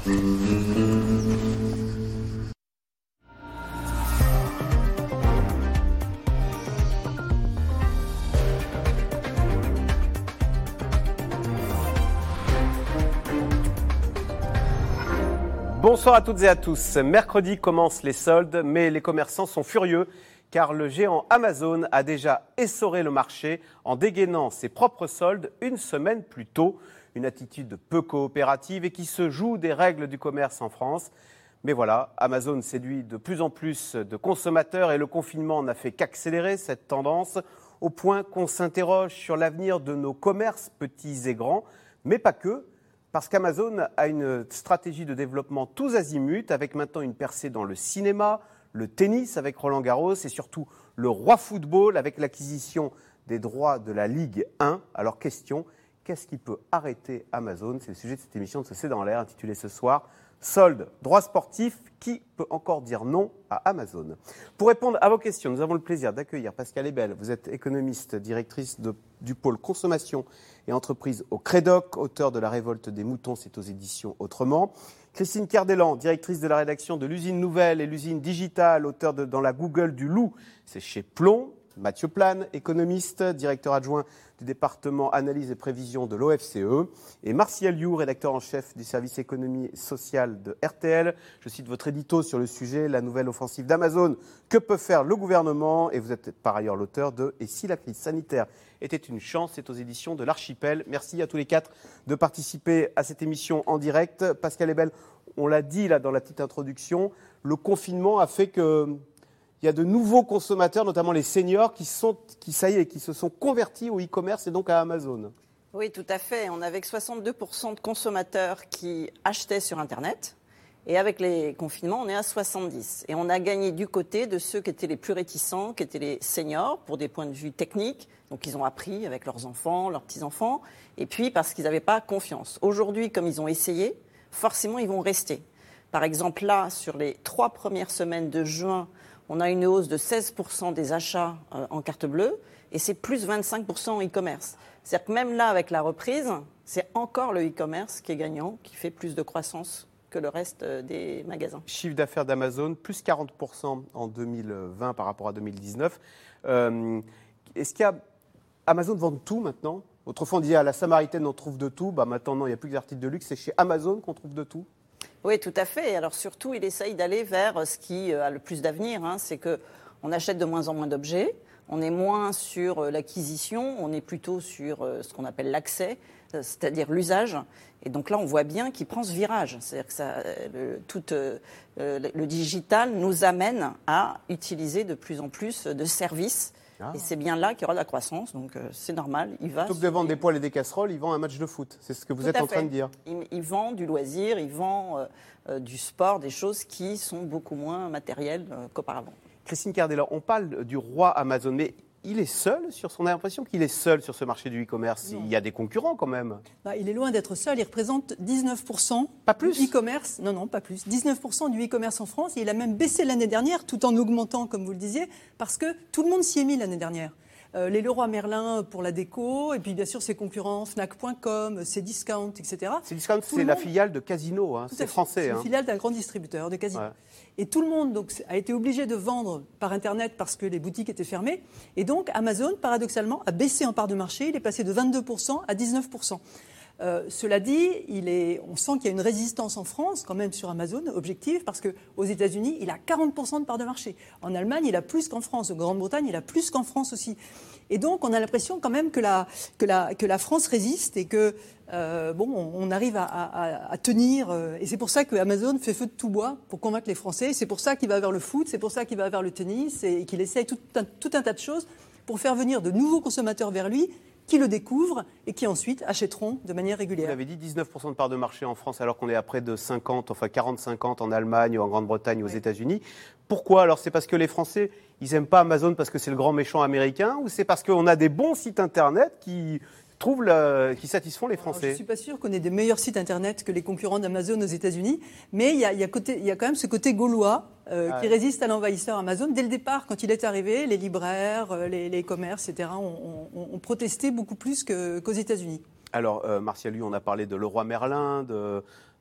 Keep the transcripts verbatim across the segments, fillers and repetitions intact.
Bonsoir à toutes et à tous. Mercredi commencent les soldes, mais les commerçants sont furieux car le géant Amazon a déjà essoré le marché en dégainant ses propres soldes une semaine plus tôt. Une attitude peu coopérative et qui se joue des règles du commerce en France. Mais voilà, Amazon séduit de plus en plus de consommateurs et le confinement n'a fait qu'accélérer cette tendance au point qu'on s'interroge sur l'avenir de nos commerces petits et grands, mais pas que. Parce qu'Amazon a une stratégie de développement tous azimuts, avec maintenant une percée dans le cinéma, le tennis avec Roland Garros et surtout le roi football avec l'acquisition des droits de la Ligue un. Alors question, qu'est-ce qui peut arrêter Amazon ? C'est le sujet de cette émission de ce C'est dans l'air, intitulée ce soir « Soldes, droits sportifs, qui peut encore dire non à Amazon ?» Pour répondre à vos questions, nous avons le plaisir d'accueillir Pascale Ebel. Vous êtes économiste, directrice de, du pôle consommation et entreprise au Crédoc, auteur de La révolte des moutons, c'est aux éditions Autrement. Christine Kerdelan, directrice de la rédaction de l'usine Nouvelle et l'usine Digitale, auteur de Dans la Google du loup, c'est chez Plomb. Mathieu Plane, économiste, directeur adjoint du département analyse et prévision de l'O F C E. Et Martial You, rédacteur en chef du service économie sociale de R T L. Je cite votre édito sur le sujet, la nouvelle offensive d'Amazon. Que peut faire le gouvernement ? Et vous êtes par ailleurs l'auteur de « Et si la crise sanitaire était une chance ?» C'est aux éditions de l'Archipel. Merci à tous les quatre de participer à cette émission en direct. Pascale Ebel, on l'a dit là dans la petite introduction, le confinement a fait que... Il y a de nouveaux consommateurs, notamment les seniors, qui, sont, qui, ça y est, qui se sont convertis au e-commerce et donc à Amazon. Oui, tout à fait. On avait soixante-deux pour cent de consommateurs qui achetaient sur Internet. Et avec les confinements, on est à soixante-dix. Et on a gagné du côté de ceux qui étaient les plus réticents, qui étaient les seniors, pour des points de vue techniques. Donc, ils ont appris avec leurs enfants, leurs petits-enfants. Et puis, parce qu'ils n'avaient pas confiance. Aujourd'hui, comme ils ont essayé, forcément, ils vont rester. Par exemple, là, sur les trois premières semaines de juin, on a une hausse de seize pour cent des achats euh, en carte bleue et c'est plus vingt-cinq pour cent en e-commerce. C'est-à-dire que même là, avec la reprise, c'est encore le e-commerce qui est gagnant, qui fait plus de croissance que le reste euh, des magasins. Chiffre d'affaires d'Amazon, plus quarante pour cent en deux mille vingt par rapport à deux mille dix-neuf. Euh, est-ce qu'il y a... Amazon vend tout maintenant ? Autrefois, on disait à la Samaritaine, on trouve de tout. Bah, maintenant, non, il n'y a plus d'articles de luxe. C'est chez Amazon qu'on trouve de tout ? Oui, tout à fait. Alors surtout, il essaye d'aller vers ce qui a le plus d'avenir. Hein. C'est qu'on achète de moins en moins d'objets, on est moins sur l'acquisition, on est plutôt sur ce qu'on appelle l'accès, c'est-à-dire l'usage. Et donc là, on voit bien qu'il prend ce virage. C'est-à-dire que ça, le, tout euh, le digital nous amène à utiliser de plus en plus de services. Ah. Et c'est bien là qu'il y aura de la croissance, donc euh, c'est normal. Il va Plutôt que de vendre des poêles et des casseroles, il vend un match de foot. C'est ce que vous Tout êtes en fait. train de dire. Il, il vend du loisir, il vend euh, euh, du sport, des choses qui sont beaucoup moins matérielles euh, qu'auparavant. Christine Kerdelan, on parle du roi Amazon, mais il est seul sur son... On a l'impression qu'il est seul sur ce marché du e-commerce. Non. Il y a des concurrents quand même. Bah, il est loin d'être seul. Il représente dix-neuf pour cent pas plus. du e-commerce. Non, non, pas plus. dix-neuf pour cent du e-commerce en France. Et il a même baissé l'année dernière, tout en augmentant, comme vous le disiez, parce que tout le monde s'y est mis l'année dernière. Euh, les Leroy Merlin pour la déco, et puis bien sûr ses concurrents, Fnac point com, Cdiscount, et cetera. Cdiscount, c'est monde... la filiale de Casino, hein. C'est français. C'est hein. une filiale d'un grand distributeur de Casino. Ouais. Et tout le monde donc, a été obligé de vendre par Internet parce que les boutiques étaient fermées. Et donc Amazon, paradoxalement, a baissé en part de marché. Il est passé de vingt-deux pour cent à dix-neuf pour cent. Euh, cela dit, il est, on sent qu'il y a une résistance en France, quand même, sur Amazon, objective, parce qu'aux États-Unis, il a quarante pour cent de part de marché. En Allemagne, il a plus qu'en France. En Grande-Bretagne, il a plus qu'en France aussi. Et donc, on a l'impression quand même que la, que la, que la France résiste et que, euh, bon, on arrive à, à, à tenir. Euh, et c'est pour ça que Amazon fait feu de tout bois pour convaincre les Français. C'est pour ça qu'il va vers le foot, c'est pour ça qu'il va vers le tennis et qu'il essaye tout un, tout un tas de choses pour faire venir de nouveaux consommateurs vers lui, qui le découvrent et qui ensuite achèteront de manière régulière. Vous avez dit dix-neuf pour cent de part de marché en France alors qu'on est à près de cinquante, enfin quarante cinquante en Allemagne, en Grande-Bretagne, aux oui. États-Unis. Pourquoi ? Alors c'est parce que les Français, ils n'aiment pas Amazon parce que c'est le grand méchant américain ou c'est parce qu'on a des bons sites internet qui... trouvent le, qui satisfont les Français. Alors, je ne suis pas sûre qu'on ait des meilleurs sites Internet que les concurrents d'Amazon aux États-Unis, mais il y a, il y a, côté, il y a quand même ce côté gaulois euh, ah, qui ouais. résiste à l'envahisseur Amazon. Dès le départ, quand il est arrivé, les libraires, les, les commerces, et cetera, ont, ont, ont protesté beaucoup plus que, qu'aux États-Unis. Alors, euh, Martial, lui, on a parlé de Leroy Merlin, de,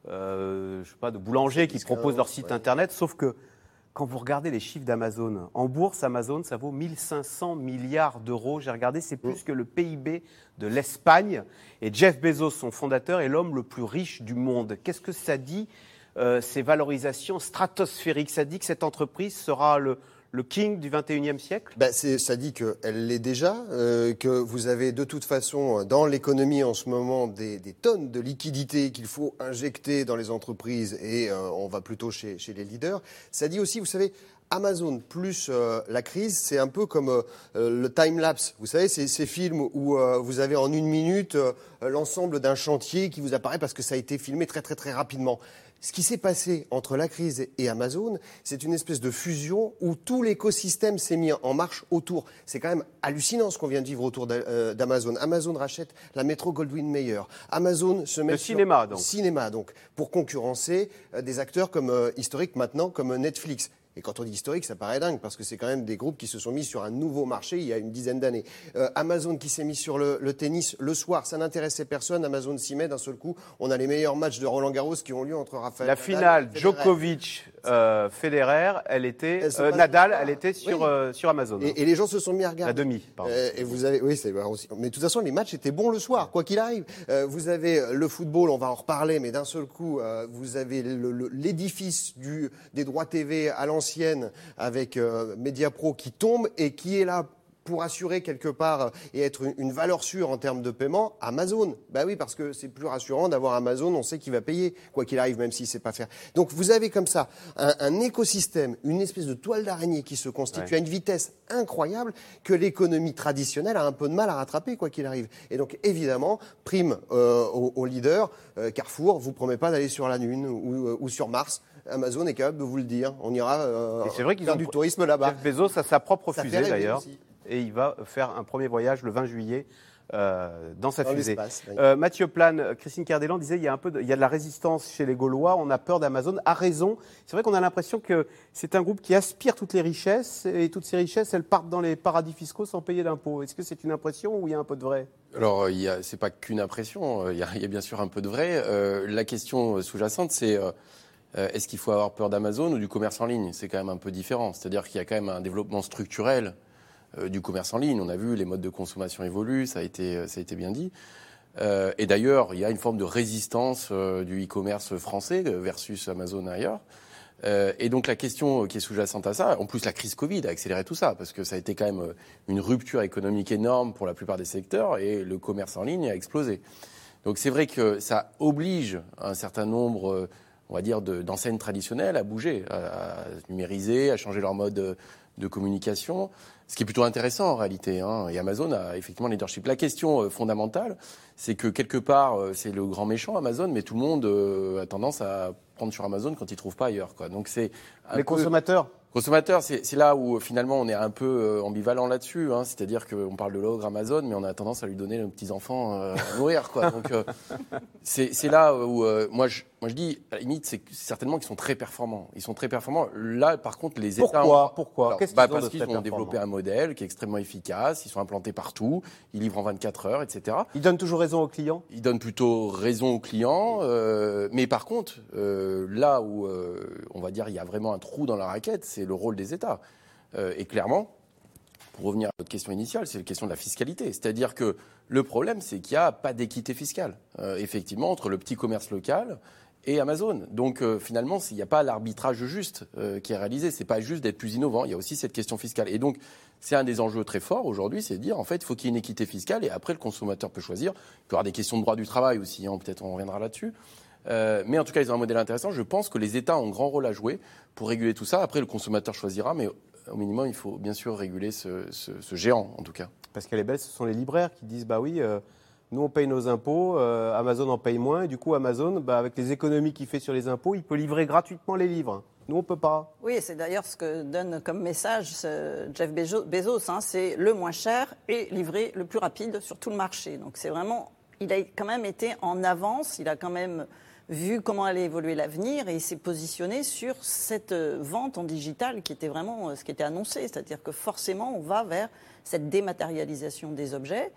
euh, je sais pas, de boulangers qui proposent leur site ouais. internet, sauf que quand vous regardez les chiffres d'Amazon, en bourse, Amazon, ça vaut mille cinq cents milliards d'euros. J'ai regardé, c'est plus que le P I B de l'Espagne. Et Jeff Bezos, son fondateur, est l'homme le plus riche du monde. Qu'est-ce que ça dit, euh, ces valorisations stratosphériques? Ça dit que cette entreprise sera le, le king du vingt et unième siècle? Ben, c'est, ça dit qu'elle l'est déjà, euh, que vous avez de toute façon dans l'économie en ce moment des, des tonnes de liquidités qu'il faut injecter dans les entreprises et euh, on va plutôt chez, chez les leaders. Ça dit aussi, vous savez, Amazon plus euh, la crise, c'est un peu comme euh, le time-lapse. Vous savez, c'est ces films où euh, vous avez en une minute euh, l'ensemble d'un chantier qui vous apparaît parce que ça a été filmé très très très rapidement. Ce qui s'est passé entre la crise et Amazon, c'est une espèce de fusion où tout l'écosystème s'est mis en marche autour. C'est quand même hallucinant ce qu'on vient de vivre autour d'Amazon. Amazon rachète la Metro-Goldwyn-Mayer. Amazon se met le cinéma, donc. cinéma, donc, pour concurrencer des acteurs comme euh, historiques maintenant, comme Netflix. Et quand on dit historique, ça paraît dingue, parce que c'est quand même des groupes qui se sont mis sur un nouveau marché il y a une dizaine d'années. Euh, Amazon qui s'est mis sur le, le tennis le soir, ça n'intéressait personne. Amazon s'y met, d'un seul coup, on a les meilleurs matchs de Roland Garros qui ont lieu entre Rafael La Nadal finale et Federer. Djokovic, euh, Federer, elle était, Elle se euh, passe Nadal, pas. elle était sur, Oui. euh, sur Amazon. Et, et les gens se sont mis à regarder. La demi, pardon. Euh, et vous avez, oui, c'est aussi. Mais de toute façon, les matchs étaient bons le soir, quoi qu'il arrive. Euh, vous avez le football, on va en reparler, mais d'un seul coup, euh, vous avez le, le, l'édifice du, des droits T V à l'ancienne avec euh, Mediapro qui tombe et qui est là pour assurer quelque part et être une, une valeur sûre en termes de paiement, Amazon. Ben oui, parce que c'est plus rassurant d'avoir Amazon, on sait qu'il va payer, quoi qu'il arrive, même s'il ne sait pas faire. Donc vous avez comme ça un, un écosystème, une espèce de toile d'araignée qui se constitue ouais. à une vitesse incroyable que l'économie traditionnelle a un peu de mal à rattraper, quoi qu'il arrive. Et donc évidemment, prime euh, aux, aux leaders, euh, Carrefour vous promet pas d'aller sur la Lune ou, euh, ou sur Mars. Amazon est capable de vous le dire. On ira euh, c'est vrai qu'ils faire ont du tourisme là-bas. Jeff Bezos a sa propre Ça fusée d'ailleurs. Aussi. Et il va faire un premier voyage le vingt juillet euh, dans sa dans fusée. Oui. Euh, Mathieu Plane, Christine Kerdelan disait il y a un peu de, il y a de la résistance chez les Gaulois, on a peur d'Amazon, à raison. C'est vrai qu'on a l'impression que c'est un groupe qui aspire toutes les richesses et toutes ces richesses, elles partent dans les paradis fiscaux sans payer d'impôts. Est-ce que c'est une impression ou il y a un peu de vrai? Alors, il y a, c'est pas qu'une impression, il y, a, il y a bien sûr un peu de vrai. Euh, la question sous-jacente, c'est euh, est-ce qu'il faut avoir peur d'Amazon ou du commerce en ligne? C'est quand même un peu différent. C'est-à-dire qu'il y a quand même un développement structurel du commerce en ligne. On a vu, les modes de consommation évoluent, ça a été, ça a été bien dit. Euh, et d'ailleurs, il y a une forme de résistance euh, du e-commerce français versus Amazon ailleurs. Euh, et donc la question qui est sous-jacente à ça, en plus la crise Covid a accéléré tout ça, parce que ça a été quand même une rupture économique énorme pour la plupart des secteurs, et le commerce en ligne a explosé. Donc c'est vrai que ça oblige un certain nombre, on va dire, de, d'enseignes traditionnelles à bouger, à, à numériser, à changer leur mode de, de communication. Ce qui est plutôt intéressant en réalité, hein. Et Amazon a effectivement le leadership. La question euh, fondamentale, c'est que quelque part, euh, c'est le grand méchant Amazon, mais tout le monde euh, a tendance à prendre sur Amazon quand il ne trouve pas ailleurs, quoi. Donc c'est un les peu... consommateurs. Consommateurs, c'est, c'est là où finalement on est un peu euh, ambivalent là-dessus, hein. C'est-à-dire qu'on parle de l'ogre Amazon, mais on a tendance à lui donner nos petits-enfants euh, à nourrir, quoi. Donc euh, c'est, c'est là où euh, moi, je, moi je dis, à la limite, c'est certainement qu'ils sont très performants. Ils sont très performants. Là, par contre, les États... Pourquoi ont... Pourquoi Alors, Qu'est-ce bah, qu'ils ont Parce de qu'ils très ont développé un modèle qui est extrêmement efficace, ils sont implantés partout, ils livrent en vingt-quatre heures, et cetera. Ils donnent toujours raison aux clients. Ils donnent plutôt raison aux clients, euh, mais par contre, euh, là où euh, on va dire il y a vraiment un trou dans la raquette, c'est le rôle des États. Euh, et clairement, pour revenir à votre question initiale, c'est la question de la fiscalité. C'est-à-dire que le problème, c'est qu'il n'y a pas d'équité fiscale, euh, effectivement, entre le petit commerce local et Amazon. Donc euh, finalement, il n'y a pas l'arbitrage juste euh, qui est réalisé. C'est pas juste d'être plus innovant. Il y a aussi cette question fiscale. Et donc, c'est un des enjeux très forts aujourd'hui, c'est de dire en fait, il faut qu'il y ait une équité fiscale. Et après, le consommateur peut choisir. Il peut y avoir des questions de droit du travail aussi. Hein, peut-être on reviendra là-dessus. Euh, mais en tout cas, ils ont un modèle intéressant. Je pense que les États ont un grand rôle à jouer pour réguler tout ça. Après, le consommateur choisira, mais au minimum, il faut bien sûr réguler ce, ce, ce géant, en tout cas. Parce qu'elle est belle, ce sont les libraires qui disent bah oui. Euh... Nous, on paye nos impôts, euh, Amazon en paye moins, et du coup, Amazon, bah, avec les économies qu'il fait sur les impôts, il peut livrer gratuitement les livres. Nous, on ne peut pas. Oui, c'est d'ailleurs ce que donne comme message Jeff Bezos, hein, c'est le moins cher et livré le plus rapide sur tout le marché. Donc c'est vraiment, il a quand même été en avance, il a quand même vu comment allait évoluer l'avenir et il s'est positionné sur cette vente en digital qui était vraiment ce qui était annoncé, c'est-à-dire que forcément, on va vers cette dématérialisation des objets.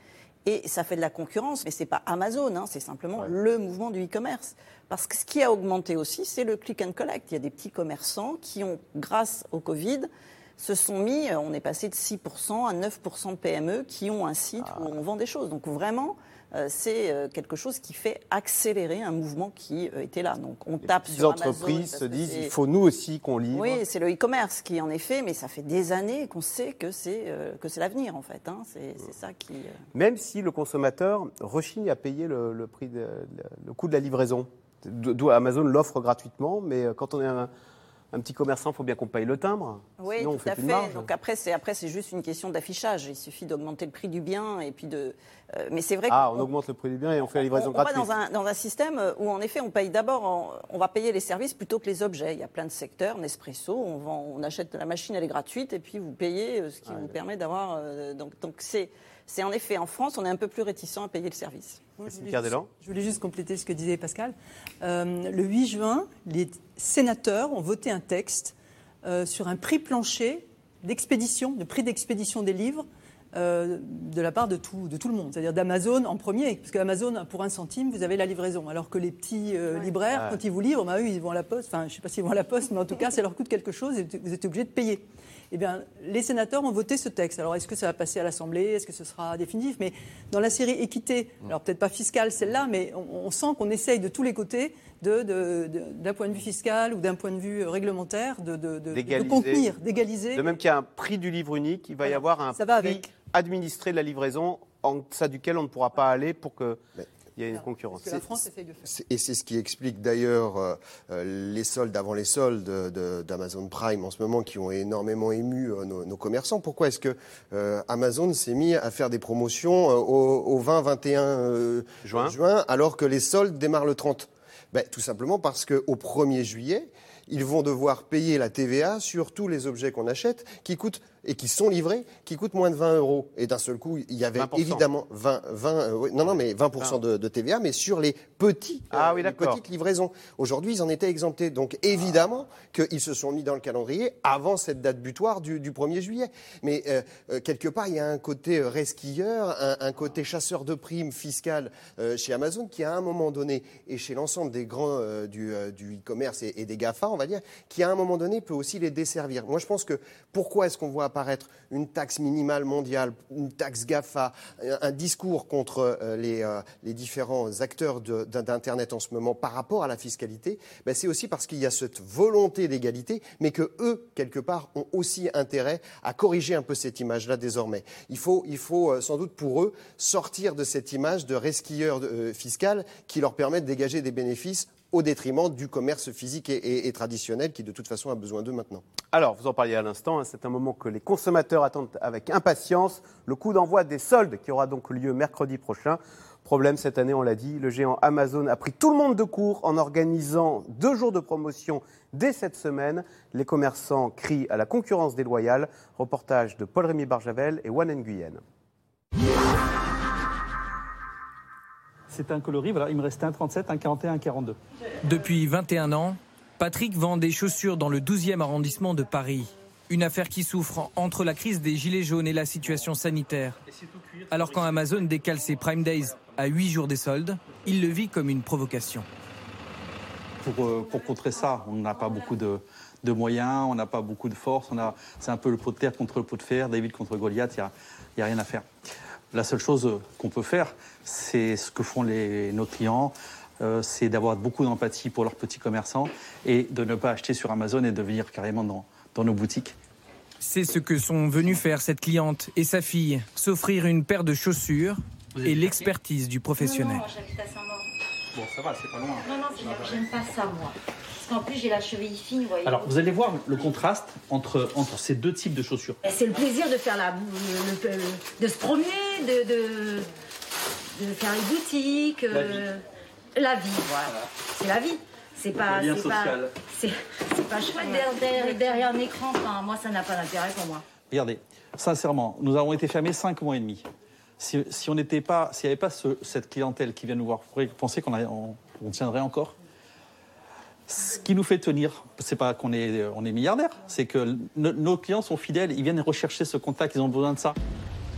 Et ça fait de la concurrence, mais ce n'est pas Amazon, hein, c'est simplement ouais. le mouvement du e-commerce. Parce que ce qui a augmenté aussi, c'est le click and collect. Il y a des petits commerçants qui ont, grâce au Covid, se sont mis, on est passé de six pour cent à neuf pour cent de P M E qui ont un site ah. où on vend des choses. Donc vraiment, euh, c'est euh, quelque chose qui fait accélérer un mouvement qui euh, était là. Donc on tape sur Amazon. Les entreprises se disent, il faut nous aussi qu'on livre. Oui, c'est le e-commerce qui, en effet, mais ça fait des années qu'on sait que c'est, euh, que c'est l'avenir, en fait. Hein. C'est, c'est ça qui... Euh... Même si le consommateur rechigne à payer le, le, prix de, le coût de la livraison. Amazon l'offre gratuitement, mais quand on est un, un petit commerçant, il faut bien qu'on paye le timbre. Oui, sinon tout on fait à plus fait. de marge. Donc après, c'est, après, c'est juste une question d'affichage. Il suffit d'augmenter le prix du bien et puis de. Euh, mais c'est vrai ah, on, on augmente le prix du bien et on fait la livraison on, on gratuite. On va dans un, dans un système où, en effet, on paye d'abord, en, on va payer les services plutôt que les objets. Il y a plein de secteurs. Nespresso, on, vend, on achète la machine, elle est gratuite, et puis vous payez, ce qui ouais, vous permet d'avoir. Euh, donc, donc c'est. C'est en effet, en France, on est un peu plus réticent à payer le service. Moi, je, voulais juste, je voulais juste compléter ce que disait Pascal. Euh, le huit juin, les sénateurs ont voté un texte euh, sur un prix plancher d'expédition, de prix d'expédition des livres euh, de la part de tout, de tout le monde, c'est-à-dire d'Amazon en premier, parce qu'Amazon, pour un centime, vous avez la livraison, alors que les petits euh, ouais. libraires, ouais. quand ils vous livrent, bah, eux, ils vont à la poste, enfin, je ne sais pas s'ils vont à la poste, mais en tout cas, ça leur coûte quelque chose et vous êtes obligé de payer. Eh bien, les sénateurs ont voté ce texte. Alors, est-ce que ça va passer à l'Assemblée ? Est-ce que ce sera définitif ? Mais dans la série équité, alors peut-être pas fiscale celle-là, mais on, on sent qu'on essaye de tous les côtés, de, de, de, d'un point de vue fiscal ou d'un point de vue réglementaire, de, de, de, de contenir, d'égaliser. De même qu'il y a un prix du livre unique, il va y Alors, avoir un prix avec. administré de la livraison en deçà duquel on ne pourra pas aller pour que... Mais... il y a une concurrence. C'est ce que la France essaye de faire. C'est, et c'est ce qui explique d'ailleurs euh, les soldes avant les soldes de, d'Amazon Prime en ce moment qui ont énormément ému euh, nos, nos commerçants. Pourquoi est-ce que euh, Amazon s'est mis à faire des promotions euh, au, au vingt vingt et un euh, juin. juin alors que les soldes démarrent le trente ? Ben, tout simplement parce qu'au premier juillet, ils vont devoir payer la T V A sur tous les objets qu'on achète qui coûtent et qui sont livrés, qui coûtent moins de vingt euros. Et d'un seul coup, il y avait vingt pour cent. Évidemment vingt, vingt, euh, oui, non, non, mais vingt pour cent de, de T V A, mais sur les petits, ah, euh, oui, les petites livraisons. Aujourd'hui, ils en étaient exemptés. Donc, évidemment qu'ils se sont mis dans le calendrier avant cette date butoir du, du premier juillet. Mais euh, euh, quelque part, il y a un côté resquilleur, un, un côté chasseur de primes fiscales euh, chez Amazon qui, à un moment donné, et chez l'ensemble des grands euh, du, euh, du e-commerce et, et des GAFA, on va dire, qui, à un moment donné, peut aussi les desservir. Moi, je pense que pourquoi est-ce qu'on voit apparaître une taxe minimale mondiale, une taxe GAFA, un discours contre euh, les, euh, les différents acteurs de, d'Internet en ce moment par rapport à la fiscalité, ben c'est aussi parce qu'il y a cette volonté d'égalité, mais que eux, quelque part, ont aussi intérêt à corriger un peu cette image-là désormais. Il faut, il faut euh, sans doute pour eux sortir de cette image de resquilleur euh, fiscal qui leur permet de dégager des bénéfices au détriment du commerce physique et, et, et traditionnel qui, de toute façon, a besoin d'eux maintenant. Alors, vous en parliez à l'instant, hein, c'est un moment que les consommateurs attendent avec impatience. Le coup d'envoi des soldes qui aura donc lieu mercredi prochain. Problème, cette année, on l'a dit, le géant Amazon a pris tout le monde de court en organisant deux jours de promotion dès cette semaine. Les commerçants crient à la concurrence déloyale. Reportage de Paul-Rémy Barjavel et One Nguyen. C'est un coloris, voilà, il me restait un trente-sept, un quarante et un, un quarante-deux. Depuis vingt et un ans, Patrick vend des chaussures dans le douzième arrondissement de Paris. Une affaire qui souffre entre la crise des gilets jaunes et la situation sanitaire. Alors quand Amazon décale ses Prime Days à huit jours des soldes, il le vit comme une provocation. Pour, euh, pour contrer ça, on n'a pas beaucoup de, de moyens, on n'a pas beaucoup de force. On a, c'est un peu le pot de terre contre le pot de fer, David contre Goliath, il n'y a, y a rien à faire. La seule chose qu'on peut faire, c'est ce que font les, nos clients, euh, c'est d'avoir beaucoup d'empathie pour leurs petits commerçants et de ne pas acheter sur Amazon et de venir carrément dans, dans nos boutiques. C'est ce que sont venus faire cette cliente et sa fille, s'offrir une paire de chaussures et l'expertise du professionnel. Non, non, j'habite à Saint-Maur. Bon, ça va, c'est pas loin. Non, non, j'aime pas ça, moi. Parce qu'en plus, j'ai la cheville fine, vous voyez. Alors, vous allez voir le contraste entre, entre ces deux types de chaussures. C'est le plaisir de faire la... Le, le, de se promener, de, de, de faire les boutiques. La vie. Euh, la vie, voilà. C'est la vie. C'est pas... Le lien c'est social. Pas, c'est, c'est pas chouette derrière, derrière un écran. Enfin, moi, ça n'a pas d'intérêt pour moi. Regardez, sincèrement, nous avons été fermés cinq mois et demi. Si, si on n'était pas... S'il n'y avait pas ce, cette clientèle qui vient nous voir, vous pourriez penser qu'on a, on, on tiendrait encore. Ce qui nous fait tenir, c'est pas qu'on est, on est milliardaire, c'est que no, nos clients sont fidèles, ils viennent rechercher ce contact, ils ont besoin de ça.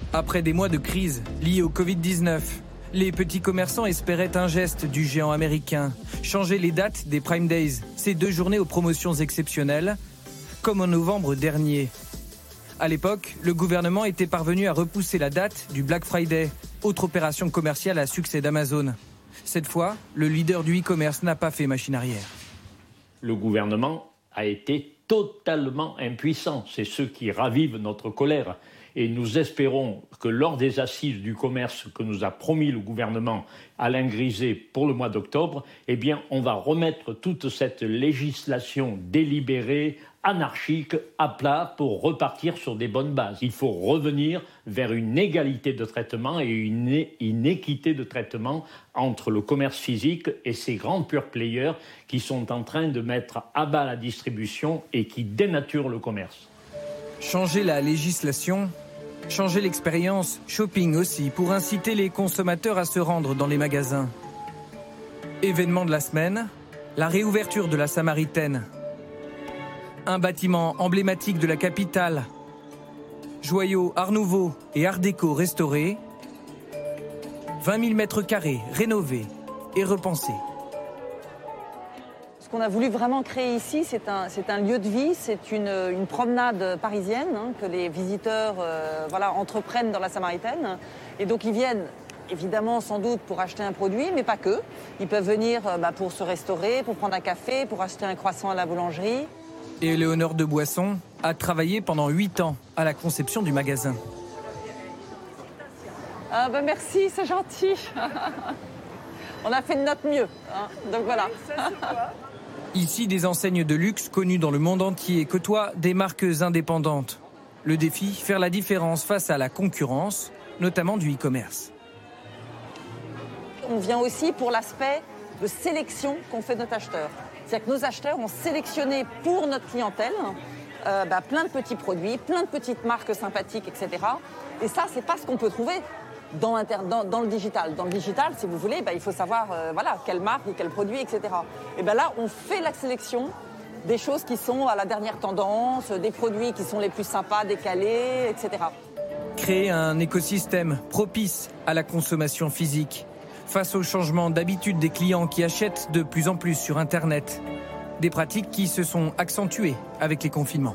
Après des mois de crise liés au covid dix-neuf, les petits commerçants espéraient un geste du géant américain. Changer les dates des Prime Days, ces deux journées aux promotions exceptionnelles, comme en novembre dernier. À l'époque, le gouvernement était parvenu à repousser la date du Black Friday, autre opération commerciale à succès d'Amazon. Cette fois, le leader du e-commerce n'a pas fait machine arrière. Le gouvernement a été totalement impuissant. C'est ce qui ravive notre colère. Et nous espérons que lors des assises du commerce que nous a promis le gouvernement Alain Griset pour le mois d'octobre, eh bien, on va remettre toute cette législation délibérée, anarchique, à plat pour repartir sur des bonnes bases. Il faut revenir vers une égalité de traitement et une, une équité de traitement entre le commerce physique et ces grands pure players qui sont en train de mettre à bas la distribution et qui dénaturent le commerce. Changer la législation, changer l'expérience, shopping aussi, pour inciter les consommateurs à se rendre dans les magasins. Événement de la semaine, la réouverture de la Samaritaine. Un bâtiment emblématique de la capitale. Joyaux Art Nouveau et Art Déco restaurés. vingt mille mètres carrés rénovés et repensés. Ce qu'on a voulu vraiment créer ici, c'est un, c'est un lieu de vie, c'est une, une promenade parisienne hein, que les visiteurs euh, voilà, entreprennent dans la Samaritaine. Et donc ils viennent évidemment sans doute pour acheter un produit, mais pas que. Ils peuvent venir euh, bah, pour se restaurer, pour prendre un café, pour acheter un croissant à la boulangerie. Et Léonore de Boisson a travaillé pendant huit ans à la conception du magasin. Ah bah merci, c'est gentil. On a fait de notre mieux. Hein, donc voilà. Ici, des enseignes de luxe connues dans le monde entier côtoient des marques indépendantes. Le défi, faire la différence face à la concurrence, notamment du e-commerce. On vient aussi pour l'aspect de sélection qu'ont fait nos acheteurs. C'est-à-dire que nos acheteurs ont sélectionné pour notre clientèle euh, bah, plein de petits produits, plein de petites marques sympathiques, et cetera. Et ça, c'est pas ce qu'on peut trouver dans, l'inter... dans, dans le digital. Dans le digital, si vous voulez, bah, il faut savoir euh, voilà, quelle marque ou quel produit, et cetera. Et bien là, on fait la sélection des choses qui sont à la dernière tendance, des produits qui sont les plus sympas, décalés, et cetera. Créer un écosystème propice à la consommation physique. Face au changement d'habitude des clients qui achètent de plus en plus sur Internet. Des pratiques qui se sont accentuées avec les confinements.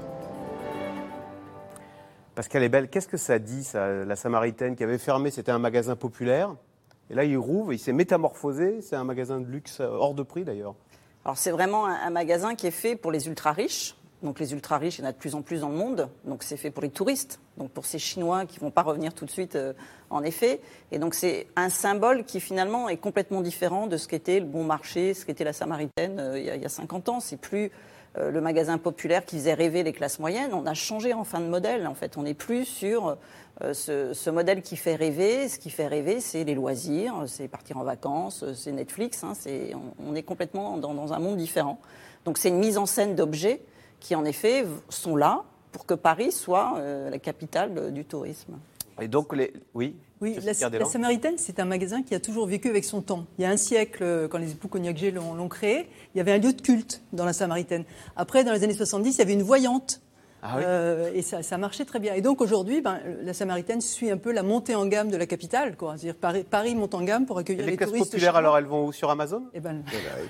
Pascal Ebel, qu'est-ce que ça dit, ça, la Samaritaine qui avait fermé, c'était un magasin populaire. Et là, il rouvre, il s'est métamorphosé, c'est un magasin de luxe hors de prix d'ailleurs. Alors c'est vraiment un, un magasin qui est fait pour les ultra-riches. Donc les ultra-riches, il y en a de plus en plus dans le monde. Donc c'est fait pour les touristes, donc pour ces Chinois qui ne vont pas revenir tout de suite, euh, en effet. Et donc c'est un symbole qui finalement est complètement différent de ce qu'était le Bon Marché, ce qu'était la Samaritaine euh, il, y a, il y a cinquante ans. C'est plus euh, le magasin populaire qui faisait rêver les classes moyennes. On a changé en fin de modèle, en fait. On n'est plus sur euh, ce, ce modèle qui fait rêver. Ce qui fait rêver, c'est les loisirs, c'est partir en vacances, c'est Netflix. Hein, c'est, on, on est complètement dans, dans un monde différent. Donc c'est une mise en scène d'objets qui, en effet, sont là pour que Paris soit euh, la capitale du tourisme. Et donc, les... oui, oui la, la Samaritaine, c'est un magasin qui a toujours vécu avec son temps. Il y a un siècle, quand les époux Cognac-G l'ont, l'ont créé, il y avait un lieu de culte dans la Samaritaine. Après, dans les années soixante-dix, il y avait une voyante. Ah oui. euh, et ça, ça marchait très bien. Et donc aujourd'hui, ben, la Samaritaine suit un peu la montée en gamme de la capitale, quoi. C'est-à-dire Paris, Paris monte en gamme pour accueillir et les, les touristes. Les classes populaires, alors, elles vont où, sur Amazon? Eh ben,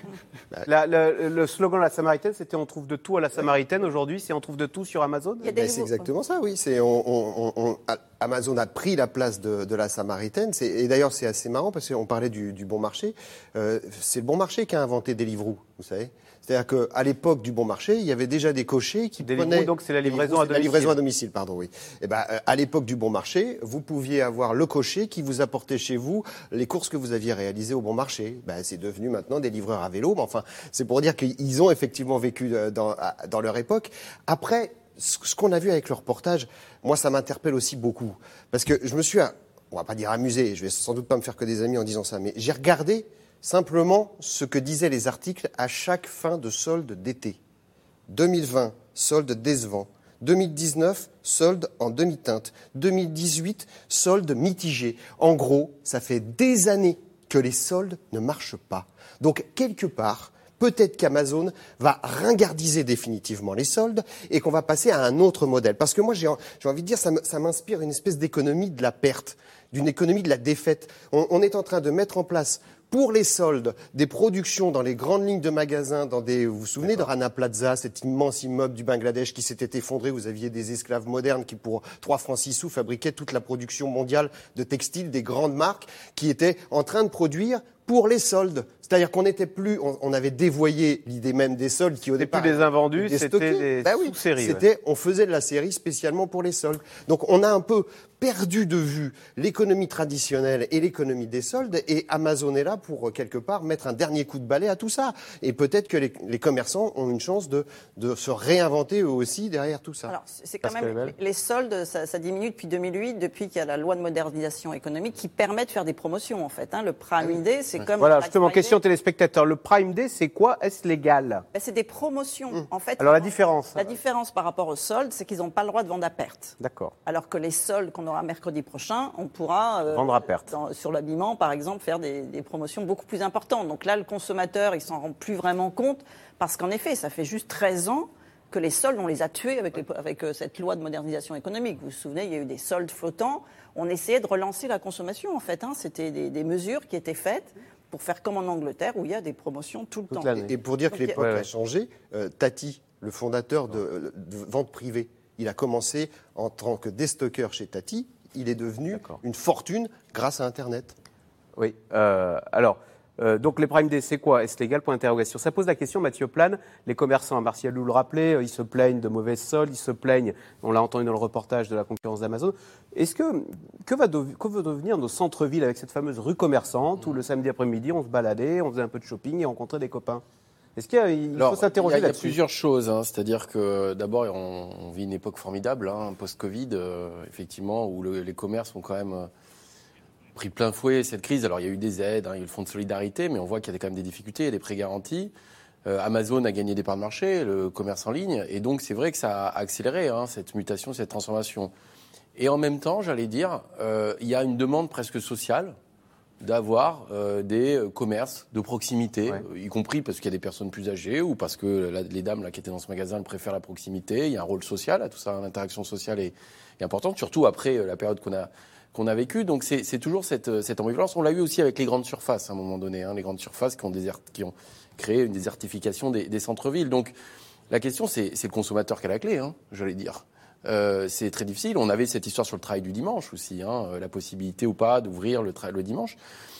la, le, le slogan de la Samaritaine, c'était on trouve de tout à la Samaritaine. Aujourd'hui, c'est on trouve de tout sur Amazon. Ben, c'est exactement ça, oui. C'est on, on, on, Amazon a pris la place de, de la Samaritaine. C'est, et d'ailleurs, c'est assez marrant parce qu'on parlait du, du Bon Marché. Euh, c'est le Bon Marché qui a inventé Deliveroo, vous savez. C'est-à-dire qu'à l'époque du Bon Marché, il y avait déjà des cochers qui Deliveroo, prenaient... donc c'est la livraison à domicile. La livraison à domicile, pardon, oui. Et ben, à l'époque du Bon Marché, vous pouviez avoir le cocher qui vous apportait chez vous les courses que vous aviez réalisées au Bon Marché. Ben, c'est devenu maintenant des livreurs à vélo. Mais enfin, c'est pour dire qu'ils ont effectivement vécu dans, dans leur époque. Après, ce qu'on a vu avec le reportage, moi, ça m'interpelle aussi beaucoup. Parce que je me suis, on va pas dire amusé, je vais sans doute pas me faire que des amis en disant ça, mais j'ai regardé simplement ce que disaient les articles à chaque fin de solde d'été. deux mille vingt, solde décevant. deux mille dix-neuf, solde en demi-teinte. deux mille dix-huit, solde mitigé. En gros, ça fait des années que les soldes ne marchent pas. Donc, quelque part, peut-être qu'Amazon va ringardiser définitivement les soldes et qu'on va passer à un autre modèle. Parce que moi, j'ai, j'ai envie de dire, ça, me, ça m'inspire une espèce d'économie de la perte, d'une économie de la défaite. On, on est en train de mettre en place pour les soldes, des productions dans les grandes lignes de magasins, dans des, vous vous souvenez de Rana Plaza, cet immense immeuble du Bangladesh qui s'était effondré, vous aviez des esclaves modernes qui, pour trois francs six sous, fabriquaient toute la production mondiale de textiles, des grandes marques qui étaient en train de produire pour les soldes. C'est-à-dire qu'on n'était plus, on, on avait dévoyé l'idée même des soldes qui au c'était départ plus des invendus, des c'était des bah oui, sous-séries. C'était, ouais. on faisait de la série spécialement pour les soldes. Donc on a un peu perdu de vue l'économie traditionnelle et l'économie des soldes, et Amazon est là pour quelque part mettre un dernier coup de balai à tout ça. Et peut-être que les, les commerçants ont une chance de, de se réinventer eux aussi derrière tout ça. Alors, c'est quand Parce même, les soldes, ça, ça diminue depuis deux mille huit, depuis qu'il y a la loi de modernisation économique qui permet de faire des promotions, en fait. Hein. Le Prime Day, c'est comme... Voilà, justement, question téléspectateurs. Le Prime Day, c'est quoi? Est-ce légal? Ben, c'est des promotions, mmh. en fait. Alors, la différence? La différence par rapport aux soldes, c'est qu'ils n'ont pas le droit de vendre à perte. D'accord. Alors que les soldes qu'on aura mercredi prochain, on pourra, euh, vendre à perte. Dans, sur l'habillement, par exemple, faire des, des promotions beaucoup plus importantes. Donc là, le consommateur, il s'en rend plus vraiment compte, parce qu'en effet, ça fait juste treize ans que les soldes, on les a tués avec, les, avec euh, cette loi de modernisation économique. Vous vous souvenez, il y a eu des soldes flottants. On essayait de relancer la consommation, en fait. Hein. C'était des, des mesures qui étaient faites pour faire comme en Angleterre, où il y a des promotions tout le Toute temps. l'année. Et pour dire Donc, que l'époque ouais, a ouais. changé, euh, Tati, le fondateur de, de vente privée, il a commencé en tant que déstockeur chez Tati. Il est devenu D'accord. une fortune grâce à Internet. Oui. Euh, alors, euh, donc les Prime Day, c'est quoi? Est-ce légal? Point d'interrogation. Ça pose la question, Mathieu Plane. Les commerçants, Martial Lou le rappelait, euh, ils se plaignent de mauvaises soldes, ils se plaignent, on l'a entendu dans le reportage, de la concurrence d'Amazon. Est-ce que, que va, de, que va devenir nos centres-villes avec cette fameuse rue commerçante où le samedi après-midi, on se baladait, on faisait un peu de shopping et on rencontrait des copains? Est-ce qu'il y a, il Alors, faut s'interroger il y a, il y a là-dessus? plusieurs choses. Hein. C'est-à-dire que d'abord, on, on vit une époque formidable, hein, post-Covid, euh, effectivement, où le, les commerces ont quand même euh, pris plein fouet cette crise. Alors, il y a eu des aides, hein, il y a eu le fonds de solidarité, mais on voit qu'il y a quand même des difficultés, il y a des prêts garantis. Euh, Amazon a gagné des parts de marché, le commerce en ligne, et donc c'est vrai que ça a accéléré hein, cette mutation, cette transformation. Et en même temps, j'allais dire, euh, il y a une demande presque sociale d'avoir euh, des commerces de proximité, ouais. euh, y compris parce qu'il y a des personnes plus âgées ou parce que la, les dames là, qui étaient dans ce magasin elles préfèrent la proximité. Il y a un rôle social à tout ça, l'interaction sociale est, est importante, surtout après euh, la période qu'on a, qu'on a vécue. Donc c'est, c'est toujours cette, cette ambivalence. On l'a eu aussi avec les grandes surfaces à un moment donné, hein, les grandes surfaces qui ont, désert, qui ont créé une désertification des, des centres-villes. Donc la question, c'est, c'est le consommateur qui a la clé, hein, j'allais dire. Euh, c'est très difficile. On avait cette histoire sur le travail du dimanche aussi, hein, la possibilité ou pas d'ouvrir le, tra- le dimanche.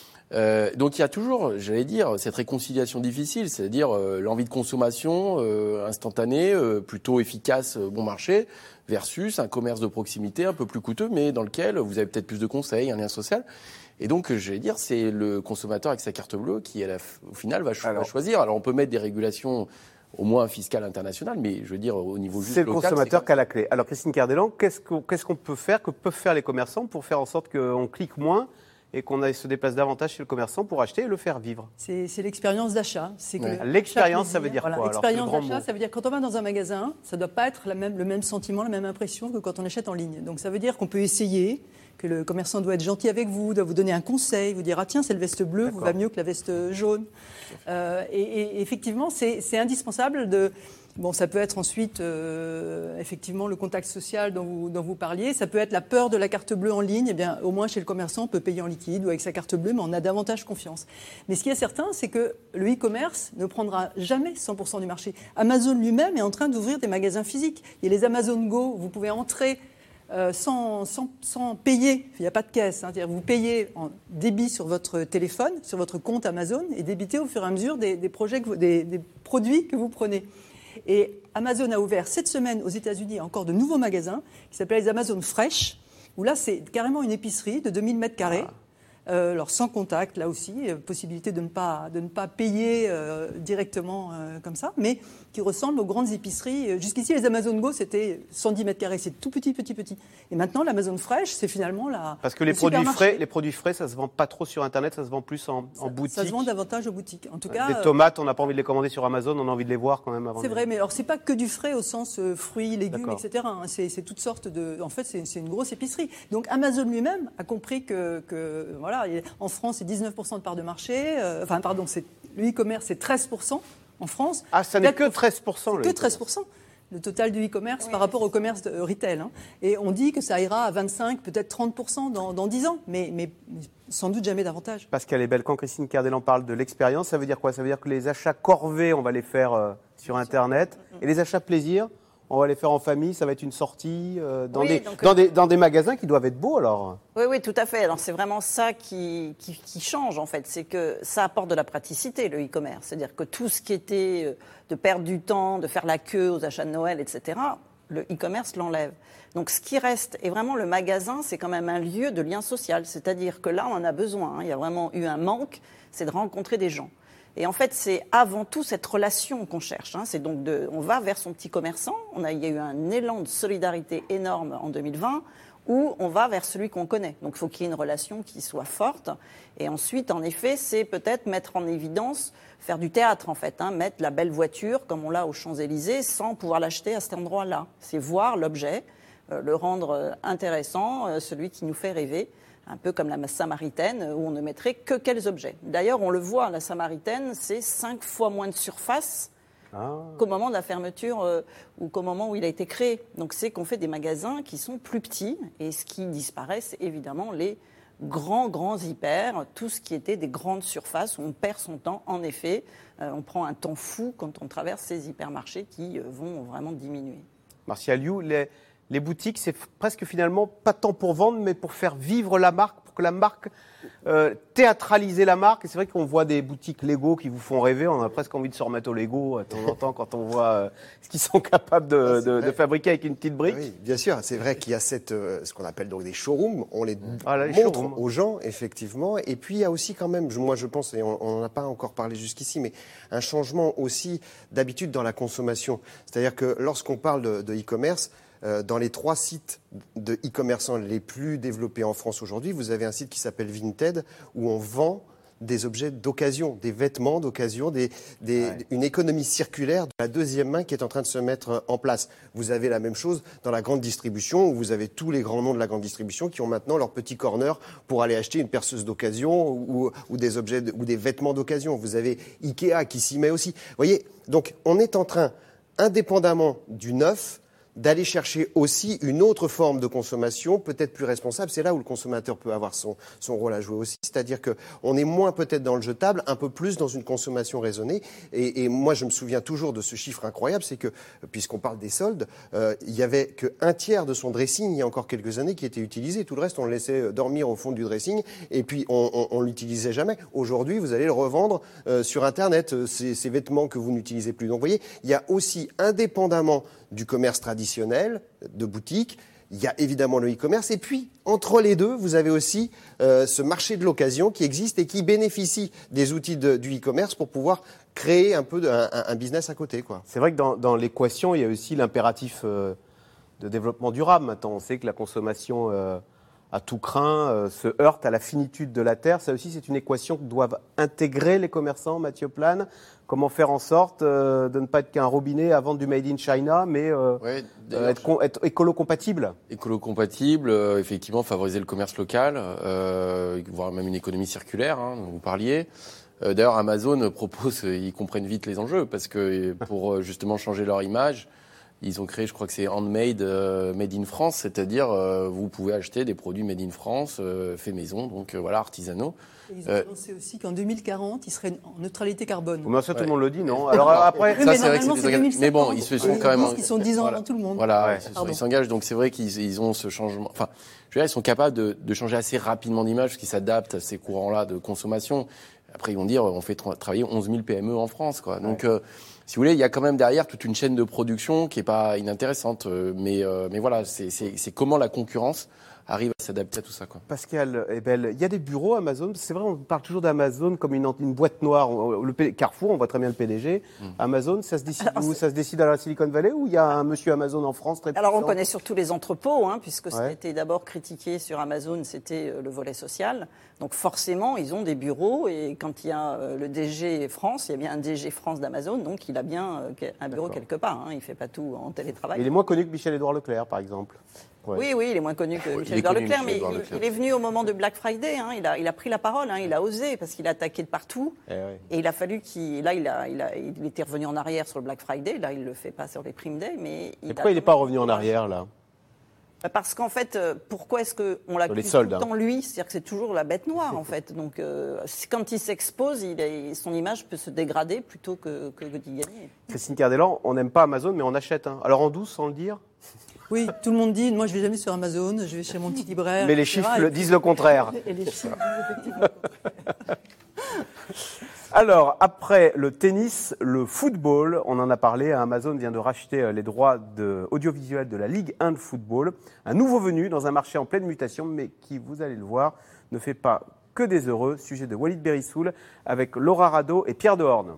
Euh, donc il y a toujours, j'allais dire, cette réconciliation difficile, c'est-à-dire euh, l'envie de consommation euh, instantanée, euh, plutôt efficace, euh, bon marché, versus un commerce de proximité un peu plus coûteux, mais dans lequel vous avez peut-être plus de conseils, un lien social. Et donc, j'allais dire, c'est le consommateur avec sa carte bleue qui, à la, au final, va, cho- Alors, va choisir. Alors on peut mettre des régulations au moins fiscale internationale, mais je veux dire au niveau juste c'est le local, consommateur c'est... qui a la clé. Alors Christine Cardellan, qu'est-ce qu'on, qu'est-ce qu'on peut faire, que peuvent faire les commerçants pour faire en sorte qu'on clique moins et qu'on aille se déplace davantage chez le commerçant pour acheter et le faire vivre? C'est, c'est l'expérience d'achat. C'est que Ouais. le- L'expérience, chaque ça veut dire plaisir, quoi, voilà. alors, c'est le L'expérience grand d'achat, mot. ça veut dire quand on va dans un magasin, ça ne doit pas être la même, le même sentiment, la même impression que quand on achète en ligne. Donc ça veut dire qu'on peut essayer, que le commerçant doit être gentil avec vous, doit vous donner un conseil, vous dire ah tiens c'est le veste bleu, vous va mieux que la veste jaune. Euh, et, et effectivement c'est, c'est indispensable de Bon, ça peut être ensuite, euh, effectivement, le contact social dont vous, dont vous parliez. Ça peut être la peur de la carte bleue en ligne. Eh bien, au moins, chez le commerçant, on peut payer en liquide ou avec sa carte bleue, mais on a davantage confiance. Mais ce qui est certain, c'est que le e-commerce ne prendra jamais cent pour cent du marché. Amazon lui-même est en train d'ouvrir des magasins physiques. Il y a les Amazon Go, vous pouvez entrer euh, sans, sans, sans payer. Il n'y a pas de caisse. Hein. C'est-à-dire vous payez en débit sur votre téléphone, sur votre compte Amazon, et débitez au fur et à mesure des, des, projets que vous, des, des produits que vous prenez. Et Amazon a ouvert cette semaine aux États-Unis encore de nouveaux magasins qui s'appellent les Amazon Fresh, où là, c'est carrément une épicerie de deux mille mètres carrés. Ah. Euh, alors sans contact, là aussi, euh, possibilité de ne pas, de ne pas payer euh, directement euh, comme ça, mais qui ressemble aux grandes épiceries. Jusqu'ici, les Amazon Go, c'était cent dix mètres carrés, c'est tout petit, petit, petit. Et maintenant, l'Amazon Fresh, c'est finalement la. Parce que les produits frais, les produits frais, ça se vend pas trop sur Internet, ça se vend plus en, ça, en boutique. Ça se vend davantage aux boutiques. En tout cas, des tomates, on n'a pas envie de les commander sur Amazon, on a envie de les voir quand même avant. C'est de... vrai, mais alors c'est pas que du frais au sens euh, fruits, légumes, D'accord. et cetera. Hein. C'est, c'est toutes sortes de. En fait, c'est, c'est une grosse épicerie. Donc Amazon lui-même a compris que, que voilà, en France, c'est dix-neuf pour cent de part de marché. Euh, enfin, pardon, c'est, le e-commerce, c'est treize pour cent en France. Ah, ça n'est que treize pour cent. Que treize pour cent. Le total du e-commerce oui, par rapport au commerce de retail. Hein. Et on dit que ça ira à vingt-cinq, peut-être trente pour cent dans, dans dix ans, mais, mais, mais sans doute jamais davantage. Pascal Ebel, quand Christine Cardellan parle de l'expérience, ça veut dire quoi? Ça veut dire que les achats corvées, on va les faire euh, sur Internet, et les achats plaisir, on va les faire en famille, ça va être une sortie euh, dans, oui, des, donc, dans, euh... des, dans des magasins qui doivent être beaux alors. Oui, oui, tout à fait. Alors c'est vraiment ça qui, qui, qui change en fait, c'est que ça apporte de la praticité le e-commerce. C'est-à-dire que tout ce qui était de perdre du temps, de faire la queue aux achats de Noël, et cetera, le e-commerce l'enlève. Donc ce qui reste, et vraiment le magasin, c'est quand même un lieu de lien social. C'est-à-dire que là, on en a besoin. Hein. Il y a vraiment eu un manque, c'est de rencontrer des gens. Et en fait, c'est avant tout cette relation qu'on cherche. Hein. C'est donc de, on va vers son petit commerçant. On a, il y a eu un élan de solidarité énorme en deux mille vingt où on va vers celui qu'on connaît. Donc, il faut qu'il y ait une relation qui soit forte. Et ensuite, en effet, c'est peut-être mettre en évidence, faire du théâtre, en fait. Hein, mettre la belle voiture, comme on l'a aux Champs-Élysées, sans pouvoir l'acheter à cet endroit-là. C'est voir l'objet, euh, le rendre intéressant, euh, celui qui nous fait rêver. Un peu comme la Samaritaine, où on ne mettrait que quels objets. D'ailleurs, on le voit, la Samaritaine, c'est cinq fois moins de surface ah. qu'au moment de la fermeture euh, ou qu'au moment où il a été créé. Donc, c'est qu'on fait des magasins qui sont plus petits. Et ce qui disparaît, c'est évidemment les grands, grands hyper, tout ce qui était des grandes surfaces où on perd son temps. En effet, euh, on prend un temps fou quand on traverse ces hypermarchés qui euh, vont vraiment diminuer. Martial You, les... Les boutiques, c'est presque finalement pas tant pour vendre, mais pour faire vivre la marque, pour que la marque, euh, théâtraliser la marque. Et c'est vrai qu'on voit des boutiques Lego qui vous font rêver. On a presque envie de se remettre au Lego de temps en temps quand on voit euh, ce qu'ils sont capables de, ah, de, de fabriquer avec une petite brique. Oui, bien sûr. C'est vrai qu'il y a cette, euh, ce qu'on appelle donc des showrooms. On les ah, là, les montre showrooms. Aux gens, effectivement. Et puis, il y a aussi quand même, moi je pense, et on n'en a pas encore parlé jusqu'ici, mais un changement aussi d'habitude dans la consommation. C'est-à-dire que lorsqu'on parle de, de e-commerce, dans les trois sites de e-commerçants les plus développés en France aujourd'hui, vous avez un site qui s'appelle Vinted, où on vend des objets d'occasion, des vêtements d'occasion, des, des, ouais. une économie circulaire de la deuxième main qui est en train de se mettre en place. Vous avez la même chose dans la grande distribution, où vous avez tous les grands noms de la grande distribution qui ont maintenant leur petit corner pour aller acheter une perceuse d'occasion ou, ou des objets de, ou des vêtements d'occasion. Vous avez Ikea qui s'y met aussi. Vous voyez, donc on est en train, indépendamment du neuf, d'aller chercher aussi une autre forme de consommation, peut-être plus responsable. C'est là où le consommateur peut avoir son, son rôle à jouer aussi. C'est-à-dire qu'on est moins peut-être dans le jetable, un peu plus dans une consommation raisonnée. Et, et moi, je me souviens toujours de ce chiffre incroyable, c'est que, puisqu'on parle des soldes, euh, il n'y avait qu'un tiers de son dressing, il y a encore quelques années, qui était utilisé. Tout le reste, on le laissait dormir au fond du dressing, et puis on ne l'utilisait jamais. Aujourd'hui, vous allez le revendre euh, sur Internet, ces, ces vêtements que vous n'utilisez plus. Donc, vous voyez, il y a aussi, indépendamment du commerce traditionnel, de boutique, il y a évidemment le e-commerce. Et puis, entre les deux, vous avez aussi euh, ce marché de l'occasion qui existe et qui bénéficie des outils de, du e-commerce pour pouvoir créer un peu de, un, un business à côté, quoi. C'est vrai que dans, dans l'équation, il y a aussi l'impératif euh, de développement durable. Maintenant, on sait que la consommation euh, à tout craint euh, se heurte à la finitude de la terre. Ça aussi, c'est une équation que doivent intégrer les commerçants, Mathieu Plane. Comment faire en sorte euh, de ne pas être qu'un robinet à vendre du made in China, mais euh, ouais, euh, être, être écolo-compatible. Écolo-compatible, euh, effectivement, favoriser le commerce local, euh, voire même une économie circulaire, hein, dont vous parliez. Euh, d'ailleurs, Amazon propose, ils comprennent vite les enjeux, parce que pour justement changer leur image, ils ont créé, je crois que c'est Handmade, euh, Made in France, c'est-à-dire euh, vous pouvez acheter des produits Made in France, euh, faits maison, donc euh, voilà, artisanaux. Et ils ont euh, annoncé aussi qu'en deux mille quarante, ils seraient en neutralité carbone. Mais ça, tout ouais. le monde le dit, non? Alors après, ça, mais c'est vrai que c'est deux mille cinquante. Mais bon, ils se sont quand même. Ils sont dix ans voilà. avant tout le monde. Voilà, ouais, ils, ils s'engagent, donc c'est vrai qu'ils ils ont ce changement. Enfin, je veux dire, ils sont capables de, de changer assez rapidement d'image, parce qu'ils s'adaptent à ces courants-là de consommation. Après, ils vont dire, on fait tra- travailler onze mille P M E en France, quoi. Donc, ouais. euh, si vous voulez, il y a quand même derrière toute une chaîne de production qui est pas inintéressante, euh, mais euh, mais voilà, c'est, c'est c'est comment la concurrence arrive à s'adapter à tout ça, quoi. Pascal Ebel, il y a des bureaux Amazon. C'est vrai, on parle toujours d'Amazon comme une, une boîte noire. Le P- Carrefour, on voit très bien le P D G. Mmh. Amazon, ça se décide Alors, où? Ça se décide à la Silicon Valley ou il y a un monsieur Amazon en France très puissant? Alors on connaît surtout les entrepôts, hein, puisque ouais. c'était d'abord critiqué sur Amazon, c'était le volet social. Donc forcément, ils ont des bureaux et quand il y a le D G France, il y a bien un D G France d'Amazon, donc il a bien un bureau D'accord. quelque part. Hein, il ne fait pas tout en télétravail. Il est moins connu que Michel-Édouard Leclerc, par exemple. Ouais. Oui, oui, il est moins connu que Michel-Édouard Leclerc, clair, je mais vais voir il, le club. il est venu au moment de Black Friday. Hein, il, a, il a pris la parole, hein, il a osé parce qu'il a attaqué de partout. Eh ouais. Et il a fallu qu'il. Là, il, a, il, a, il était revenu en arrière sur le Black Friday. Là, il ne le fait pas sur les Prime Day. Mais il Et pourquoi a il n'est pas revenu en arrière, là? Parce qu'en fait, euh, pourquoi est-ce qu'on l'accuse tout le temps lui? C'est-à-dire que c'est toujours la bête noire, en fait. Donc, euh, quand il s'expose, il est, son image peut se dégrader plutôt que, que, que d'y gagner. Christine Cardellan, on n'aime pas Amazon, mais on achète. Hein. Alors en douce, sans le dire? Oui, tout le monde dit, moi je vais jamais sur Amazon, je vais chez mon petit libraire. Mais les et cetera. chiffres le disent le contraire. Et les chiffres disent effectivement le contraire. Alors, après le tennis, le football, on en a parlé, Amazon vient de racheter les droits de, audiovisuels de la Ligue un de football. Un nouveau venu dans un marché en pleine mutation, mais qui, vous allez le voir, ne fait pas que des heureux. Sujet de Walid Berissoul avec Laura Rado et Pierre Dehorne.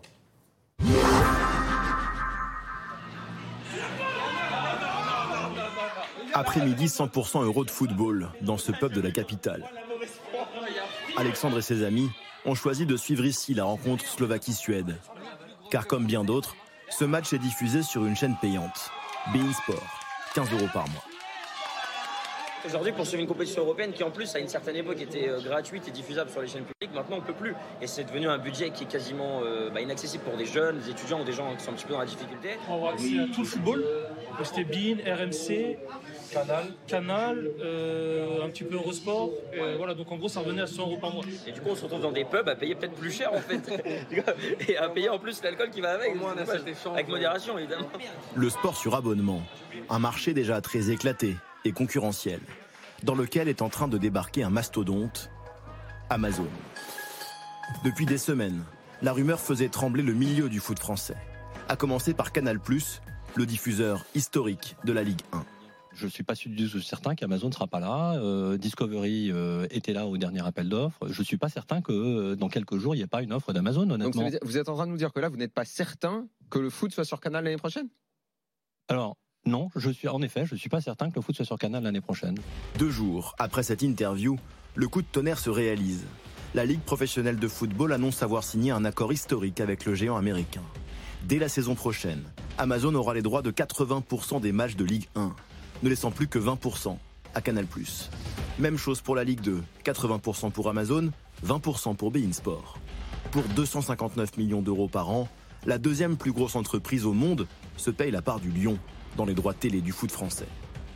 Après-midi cent pour cent euro de football dans ce pub de la capitale. Alexandre et ses amis ont choisi de suivre ici la rencontre Slovaquie-Suède. Car comme bien d'autres, ce match est diffusé sur une chaîne payante, beIN Sport, quinze euros par mois. Aujourd'hui, pour suivre une compétition européenne qui en plus à une certaine époque était euh, gratuite et diffusable sur les chaînes publiques, maintenant on ne peut plus. Et c'est devenu un budget qui est quasiment euh, bah, inaccessible pour des jeunes, des étudiants ou des gens qui sont un petit peu dans la difficulté. On va accéder à tout le football. C'était beIN, R M C, Canal, Canal euh, un petit peu Eurosport. Euh, voilà, donc en gros ça revenait à cent euros par mois. Et du coup on se retrouve dans des pubs à payer peut-être plus cher en fait. Et à payer en plus l'alcool qui va avec. Au moins, avec modération évidemment. Le sport sur abonnement, un marché déjà très éclaté et concurrentiel, dans lequel est en train de débarquer un mastodonte, Amazon. Depuis des semaines, la rumeur faisait trembler le milieu du foot français, à commencer par Canal plus, le diffuseur historique de la Ligue un. Je ne suis pas du tout certain qu'Amazon ne sera pas là. Euh, Discovery euh, était là au dernier appel d'offres. Je ne suis pas certain que euh, dans quelques jours, il n'y ait pas une offre d'Amazon, honnêtement. Donc vous êtes en train de nous dire que là, vous n'êtes pas certain que le foot soit sur Canal l'année prochaine? Alors, non, je suis, en effet, je ne suis pas certain que le foot soit sur Canal l'année prochaine. Deux jours après cette interview, le coup de tonnerre se réalise. La Ligue professionnelle de football annonce avoir signé un accord historique avec le géant américain. Dès la saison prochaine, Amazon aura les droits de quatre-vingts pour cent des matchs de Ligue un, ne laissant plus que vingt pour cent à Canal plus. Même chose pour la Ligue deux, quatre-vingts pour cent pour Amazon, vingt pour cent pour beIN Sport. Pour deux cent cinquante-neuf millions d'euros par an, la deuxième plus grosse entreprise au monde se paye la part du lion dans les droits télé du foot français.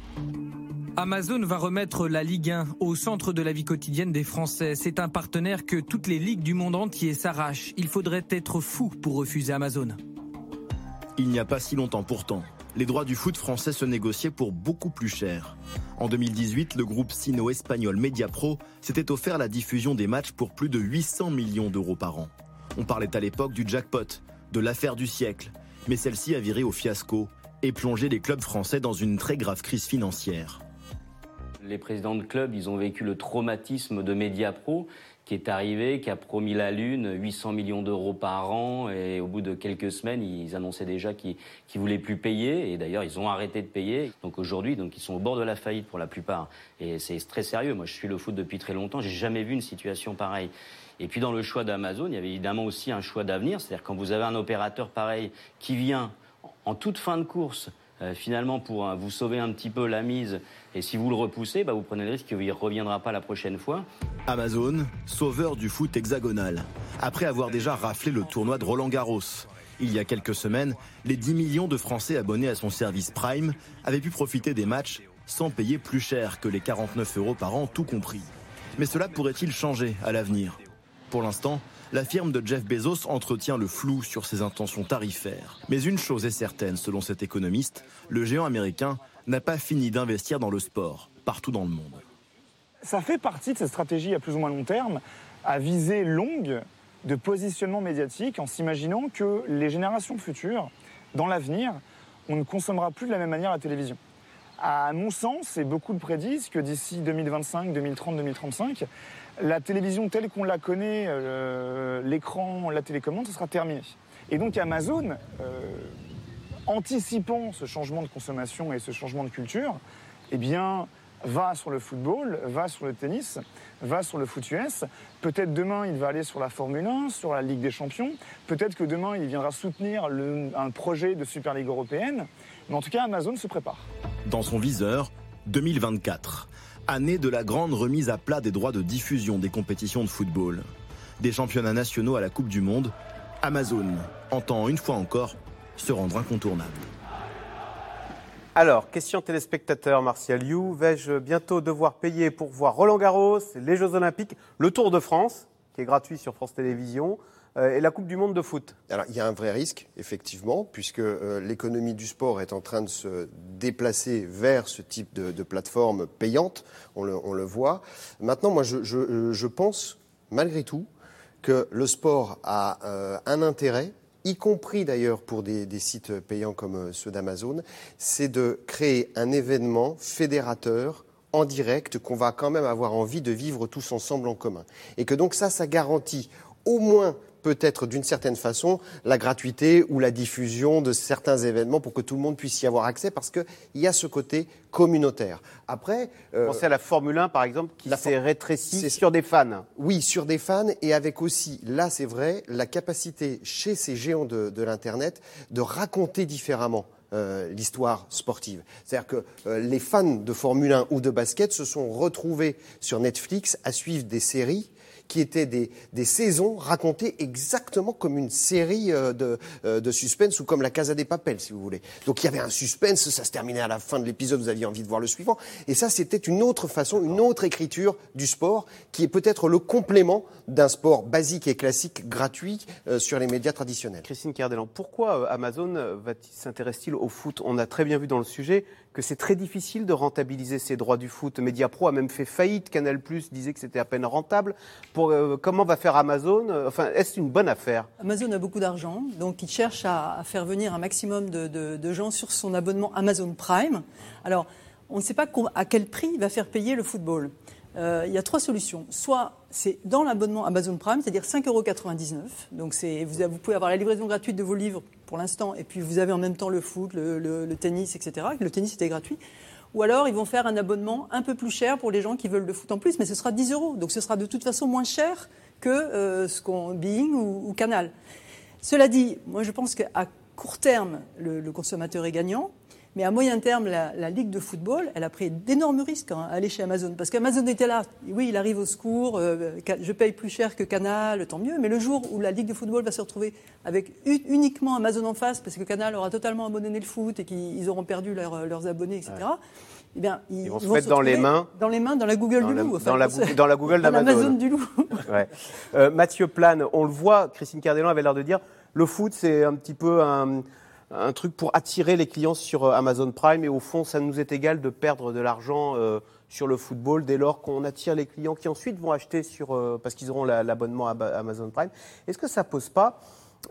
Amazon va remettre la Ligue un au centre de la vie quotidienne des Français. C'est un partenaire que toutes les ligues du monde entier s'arrachent. Il faudrait être fou pour refuser Amazon. Il n'y a pas si longtemps pourtant, les droits du foot français se négociaient pour beaucoup plus cher. En deux mille dix-huit, le groupe sino-espagnol Mediapro s'était offert la diffusion des matchs pour plus de huit cents millions d'euros par an. On parlait à l'époque du jackpot, de l'affaire du siècle, mais celle-ci a viré au fiasco et plongé les clubs français dans une très grave crise financière. Les présidents de clubs, ils ont vécu le traumatisme de Mediapro qui est arrivé, qui a promis la lune, huit cents millions d'euros par an, et au bout de quelques semaines, ils annonçaient déjà qu'ils ne voulaient plus payer, et d'ailleurs, ils ont arrêté de payer. Donc aujourd'hui, donc, ils sont au bord de la faillite pour la plupart, et c'est très sérieux. Moi, je suis le foot depuis très longtemps, j'ai jamais vu une situation pareille. Et puis dans le choix d'Amazon, il y avait évidemment aussi un choix d'avenir, c'est-à-dire quand vous avez un opérateur pareil qui vient en toute fin de course, Euh, finalement pour euh, vous sauver un petit peu la mise, et si vous le repoussez, bah, vous prenez le risque qu'il ne reviendra pas la prochaine fois. Amazon, sauveur du foot hexagonal, après avoir déjà raflé le tournoi de Roland-Garros. Il y a quelques semaines, les dix millions de Français abonnés à son service Prime avaient pu profiter des matchs sans payer plus cher que les quarante-neuf euros par an, tout compris. Mais cela pourrait-il changer à l'avenir? Pour l'instant, la firme de Jeff Bezos entretient le flou sur ses intentions tarifaires. Mais une chose est certaine, selon cet économiste, le géant américain n'a pas fini d'investir dans le sport, partout dans le monde. Ça fait partie de cette stratégie à plus ou moins long terme, à visée longue de positionnement médiatique, en s'imaginant que les générations futures, dans l'avenir, on ne consommera plus de la même manière la télévision. À mon sens, et beaucoup de prédisent que d'ici deux mille vingt-cinq, deux mille trente, deux mille trente-cinq, la télévision telle qu'on la connaît, euh, l'écran, la télécommande, ce sera terminé. Et donc Amazon, euh, anticipant ce changement de consommation et ce changement de culture, eh bien, va sur le football, va sur le tennis, va sur le foot U S. Peut-être demain, il va aller sur la Formule un, sur la Ligue des Champions. Peut-être que demain, il viendra soutenir le, un projet de Super Ligue européenne. Mais en tout cas, Amazon se prépare. Dans son viseur, deux mille vingt-quatre. Année de la grande remise à plat des droits de diffusion des compétitions de football. Des championnats nationaux à la Coupe du Monde, Amazon entend une fois encore se rendre incontournable. Alors, question téléspectateur, Martial You. Vais-je bientôt devoir payer pour voir Roland-Garros, les Jeux Olympiques, le Tour de France, qui est gratuit sur France Télévisions, euh, et la Coupe du Monde de foot? Alors, il y a un vrai risque, effectivement, puisque euh, l'économie du sport est en train de se déplacer vers ce type de, de plateforme payante, on le, on le voit. Maintenant, moi, je, je, je pense, malgré tout, que le sport a euh, un intérêt, y compris d'ailleurs pour des, des sites payants comme ceux d'Amazon, c'est de créer un événement fédérateur en direct qu'on va quand même avoir envie de vivre tous ensemble en commun. Et que donc ça, ça garantit au moins peut-être d'une certaine façon la gratuité ou la diffusion de certains événements pour que tout le monde puisse y avoir accès, parce qu'il y a ce côté communautaire. Après, euh, pensez à la Formule un par exemple qui s'est rétrécie sur des fans. Oui, sur des fans, et avec aussi, là c'est vrai, la capacité chez ces géants de, de l'Internet de raconter différemment Euh, l'histoire sportive. C'est-à-dire que euh, les fans de Formule un ou de basket se sont retrouvés sur Netflix à suivre des séries qui étaient des, des saisons racontées exactement comme une série euh, de, euh, de suspense ou comme la Casa des Papel, si vous voulez. Donc il y avait un suspense, ça se terminait à la fin de l'épisode, vous aviez envie de voir le suivant. Et ça, c'était une autre façon, une autre écriture du sport qui est peut-être le complément d'un sport basique et classique gratuit euh, sur les médias traditionnels. Christine Kerdelan, pourquoi euh, Amazon euh, s'intéresse-t-il au foot? On a très bien vu dans le sujet que c'est très difficile de rentabiliser ces droits du foot. Mediapro a même fait faillite. Canal+ disait que c'était à peine rentable. Pour, euh, comment va faire Amazon? Enfin, est-ce une bonne affaire? Amazon a beaucoup d'argent, donc il cherche à, à faire venir un maximum de, de, de gens sur son abonnement Amazon Prime. Alors, on ne sait pas à quel prix il va faire payer le football. Euh, il y a trois solutions. Soit c'est dans l'abonnement Amazon Prime, c'est-à-dire cinq euros quatre-vingt-dix-neuf. Donc c'est, vous, vous pouvez avoir la livraison gratuite de vos livres pour l'instant, et puis vous avez en même temps le foot, le, le, le tennis, et cetera. Le tennis était gratuit. Ou alors ils vont faire un abonnement un peu plus cher pour les gens qui veulent le foot en plus, mais ce sera dix euros. Donc ce sera de toute façon moins cher que euh, ce qu'on Being ou, ou Canal. Cela dit, moi je pense qu'à court terme, le, le consommateur est gagnant. Mais à moyen terme, la, la Ligue de football, elle a pris d'énormes risques hein, à aller chez Amazon. Parce qu'Amazon était là. Oui, il arrive au secours. Euh, je paye plus cher que Canal, tant mieux. Mais le jour où la Ligue de football va se retrouver avec uniquement Amazon en face, parce que Canal aura totalement abandonné le foot et qu'ils auront perdu leur, leurs abonnés, et cetera. Ouais. Eh bien, ils, ils vont ils se vont mettre se dans les mains. Dans les mains, dans la Google dans du la, loup. Enfin, dans, la, dans la Google dans d'Amazon. Amazon du loup. Ouais. Euh, Mathieu Plane, on le voit, Christine Kerdelan avait l'air de dire, le foot, c'est un petit peu un... un truc pour attirer les clients sur Amazon Prime, et au fond, ça nous est égal de perdre de l'argent euh, sur le football dès lors qu'on attire les clients qui ensuite vont acheter sur, euh, parce qu'ils auront la, l'abonnement à Amazon Prime. Est-ce que ça pose pas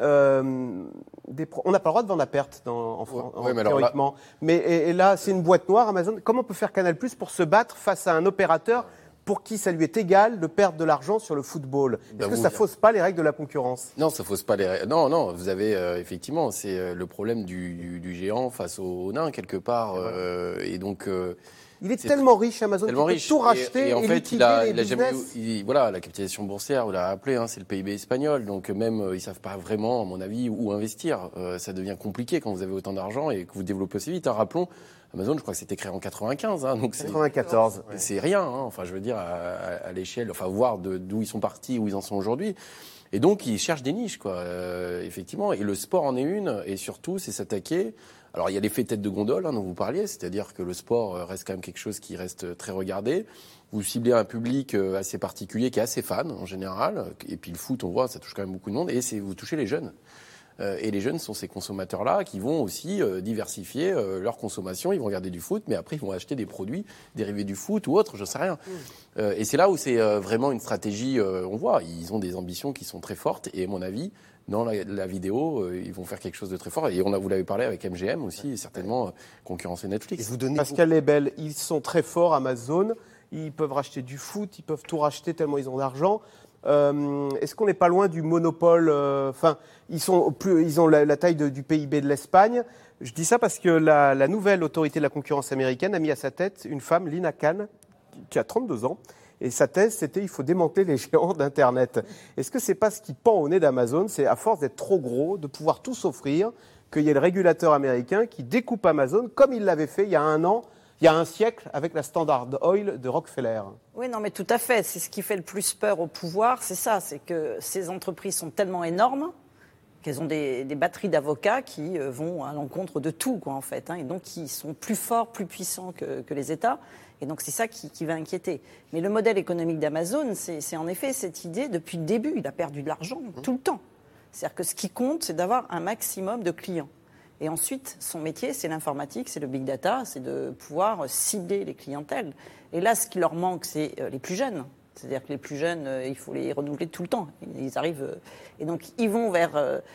euh, des pro- on n'a pas le droit de vendre à perte dans, en France, ouais, mais théoriquement, là... mais et, et là c'est une boîte noire Amazon. Comment on peut faire Canal+ pour se battre face à un opérateur pour qui ça lui est égal de perdre de l'argent sur le football? Est-ce ben que vous... ça fausse pas les règles de la concurrence? Non, ça fausse pas les règles. Non, non, vous avez euh, effectivement, c'est euh, le problème du, du, du géant face au, au nain quelque part, euh, et donc. Euh, il est tellement tr- riche, Amazon, tellement qu'il riche. peut tout racheter et, et, et en et fait, il a, les il a jamais business. eu, il, voilà, la capitalisation boursière, vous l'avez appelé, hein, c'est le P I B espagnol, donc même euh, ils savent pas vraiment, à mon avis, où investir. Euh, ça devient compliqué quand vous avez autant d'argent et que vous développez aussi vite. Hein, rappelons. Amazon, je crois que c'était créé en quatre-vingt-quinze, hein, donc c'est quatre-vingt-quatorze. C'est, c'est rien, hein, enfin je veux dire à, à, à l'échelle, enfin voir de, d'où ils sont partis, où ils en sont aujourd'hui. Et donc ils cherchent des niches, quoi, euh, effectivement. Et le sport en est une, et surtout c'est s'attaquer. Alors il y a l'effet tête de gondole hein, dont vous parliez, c'est-à-dire que le sport reste quand même quelque chose qui reste très regardé. Vous ciblez un public assez particulier qui est assez fan en général, et puis le foot, on voit, ça touche quand même beaucoup de monde, et c'est vous touchez les jeunes. Euh, et les jeunes sont ces consommateurs-là qui vont aussi euh, diversifier euh, leur consommation. Ils vont regarder du foot, mais après ils vont acheter des produits dérivés du foot ou autre, je sais rien. Mmh. Euh, et c'est là où c'est euh, vraiment une stratégie. Euh, on voit, ils ont des ambitions qui sont très fortes. Et à mon avis, dans la, la vidéo, euh, ils vont faire quelque chose de très fort. Et on a, vous l'avez parlé avec M G M aussi, ouais. certainement euh, concurrencer Netflix. Et vous donnez Pascal Lebel, ils sont très forts, Amazon. Ils peuvent racheter du foot, ils peuvent tout racheter tellement ils ont d'argent. Euh, est-ce qu'on n'est pas loin du monopole? Enfin, euh, ils, sont plus, ils ont la, la taille de, du P I B de l'Espagne. Je dis ça parce que la, la nouvelle autorité de la concurrence américaine a mis à sa tête une femme, Lina Khan, qui a trente-deux ans. Et sa thèse, c'était il faut démanteler les géants d'Internet. Est-ce que c'est pas ce qui pend au nez d'Amazon? C'est à force d'être trop gros, de pouvoir tout s'offrir, qu'il y ait le régulateur américain qui découpe Amazon, comme il l'avait fait il y a un an il y a un siècle avec la Standard Oil de Rockefeller. Oui, non, mais tout à fait. C'est ce qui fait le plus peur au pouvoir, c'est ça. C'est que ces entreprises sont tellement énormes qu'elles ont des, des batteries d'avocats qui euh, vont à l'encontre de tout, quoi, en fait. Hein, et donc, qui sont plus forts, plus puissants que, que les États. Et donc, c'est ça qui, qui va inquiéter. Mais le modèle économique d'Amazon, c'est, c'est en effet cette idée, depuis le début, il a perdu de l'argent tout le temps. C'est-à-dire que ce qui compte, c'est d'avoir un maximum de clients. Et ensuite, son métier, c'est l'informatique, c'est le big data, c'est de pouvoir cibler les clientèles. Et là, ce qui leur manque, c'est les plus jeunes. C'est-à-dire que les plus jeunes, il faut les renouveler tout le temps. Ils arrivent, et donc ils vont vers...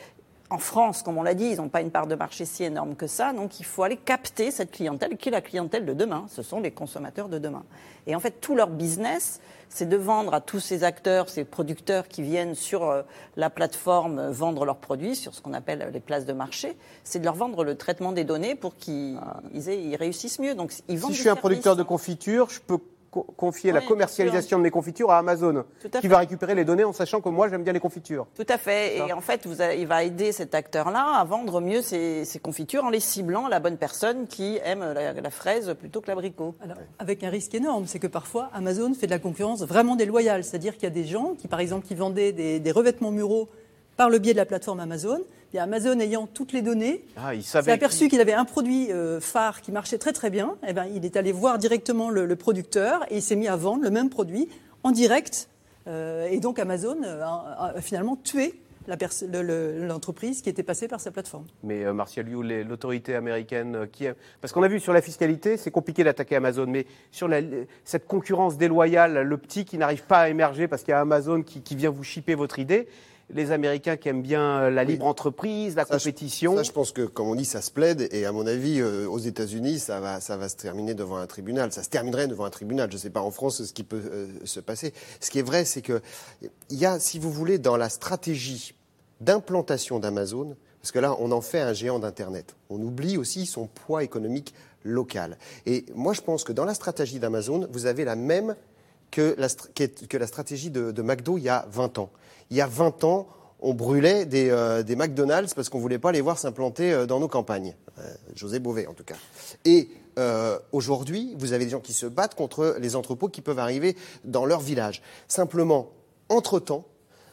En France, comme on l'a dit, ils n'ont pas une part de marché si énorme que ça. Donc il faut aller capter cette clientèle, qui est la clientèle de demain. Ce sont les consommateurs de demain. Et en fait, tout leur business, c'est de vendre à tous ces acteurs, ces producteurs qui viennent sur la plateforme vendre leurs produits, sur ce qu'on appelle les places de marché, c'est de leur vendre le traitement des données pour qu'ils aient, ils réussissent mieux. Donc, ils vendent si je suis un producteur de confiture, je peux confier oui, la commercialisation de mes confitures à Amazon, à qui va récupérer les données en sachant que moi, j'aime bien les confitures. Tout à fait. Et en fait, vous avez, il va aider cet acteur-là à vendre mieux ses, ses confitures en les ciblant à la bonne personne qui aime la, la fraise plutôt que l'abricot. Alors, avec un risque énorme, c'est que parfois, Amazon fait de la concurrence vraiment déloyale. C'est-à-dire qu'il y a des gens qui, par exemple, qui vendaient des, des revêtements muraux par le biais de la plateforme Amazon. Et Amazon ayant toutes les données, ah, il s'est aperçu qui... qu'il avait un produit euh, phare qui marchait très très bien. Et ben, il est allé voir directement le, le producteur et il s'est mis à vendre le même produit en direct. Euh, et donc Amazon euh, a, a finalement tué la pers- le, le, l'entreprise qui était passée par sa plateforme. Mais euh, Martial Liu, les, l'autorité américaine euh, qui est... Parce qu'on a vu sur la fiscalité, c'est compliqué d'attaquer Amazon, mais sur la, cette concurrence déloyale, le petit qui n'arrive pas à émerger parce qu'il y a Amazon qui, qui vient vous shipper votre idée, les Américains qui aiment bien la libre oui. entreprise, la ça, compétition. Je, ça, je pense que, comme on dit, ça se plaide. Et à mon avis, euh, aux États-Unis, ça va, ça va se terminer devant un tribunal. Ça se terminerait devant un tribunal. Je ne sais pas en France ce qui peut euh, se passer. Ce qui est vrai, c'est que il y a, si vous voulez, dans la stratégie d'implantation d'Amazon, parce que là, on en fait un géant d'Internet. On oublie aussi son poids économique local. Et moi, je pense que dans la stratégie d'Amazon, vous avez la même que la, que la stratégie de, de McDo il y a vingt ans. Il y a vingt ans, on brûlait des, euh, des McDonald's parce qu'on ne voulait pas les voir s'implanter euh, dans nos campagnes. Euh, José Bové, en tout cas. Et euh, aujourd'hui, vous avez des gens qui se battent contre les entrepôts qui peuvent arriver dans leur village. Simplement, entre-temps,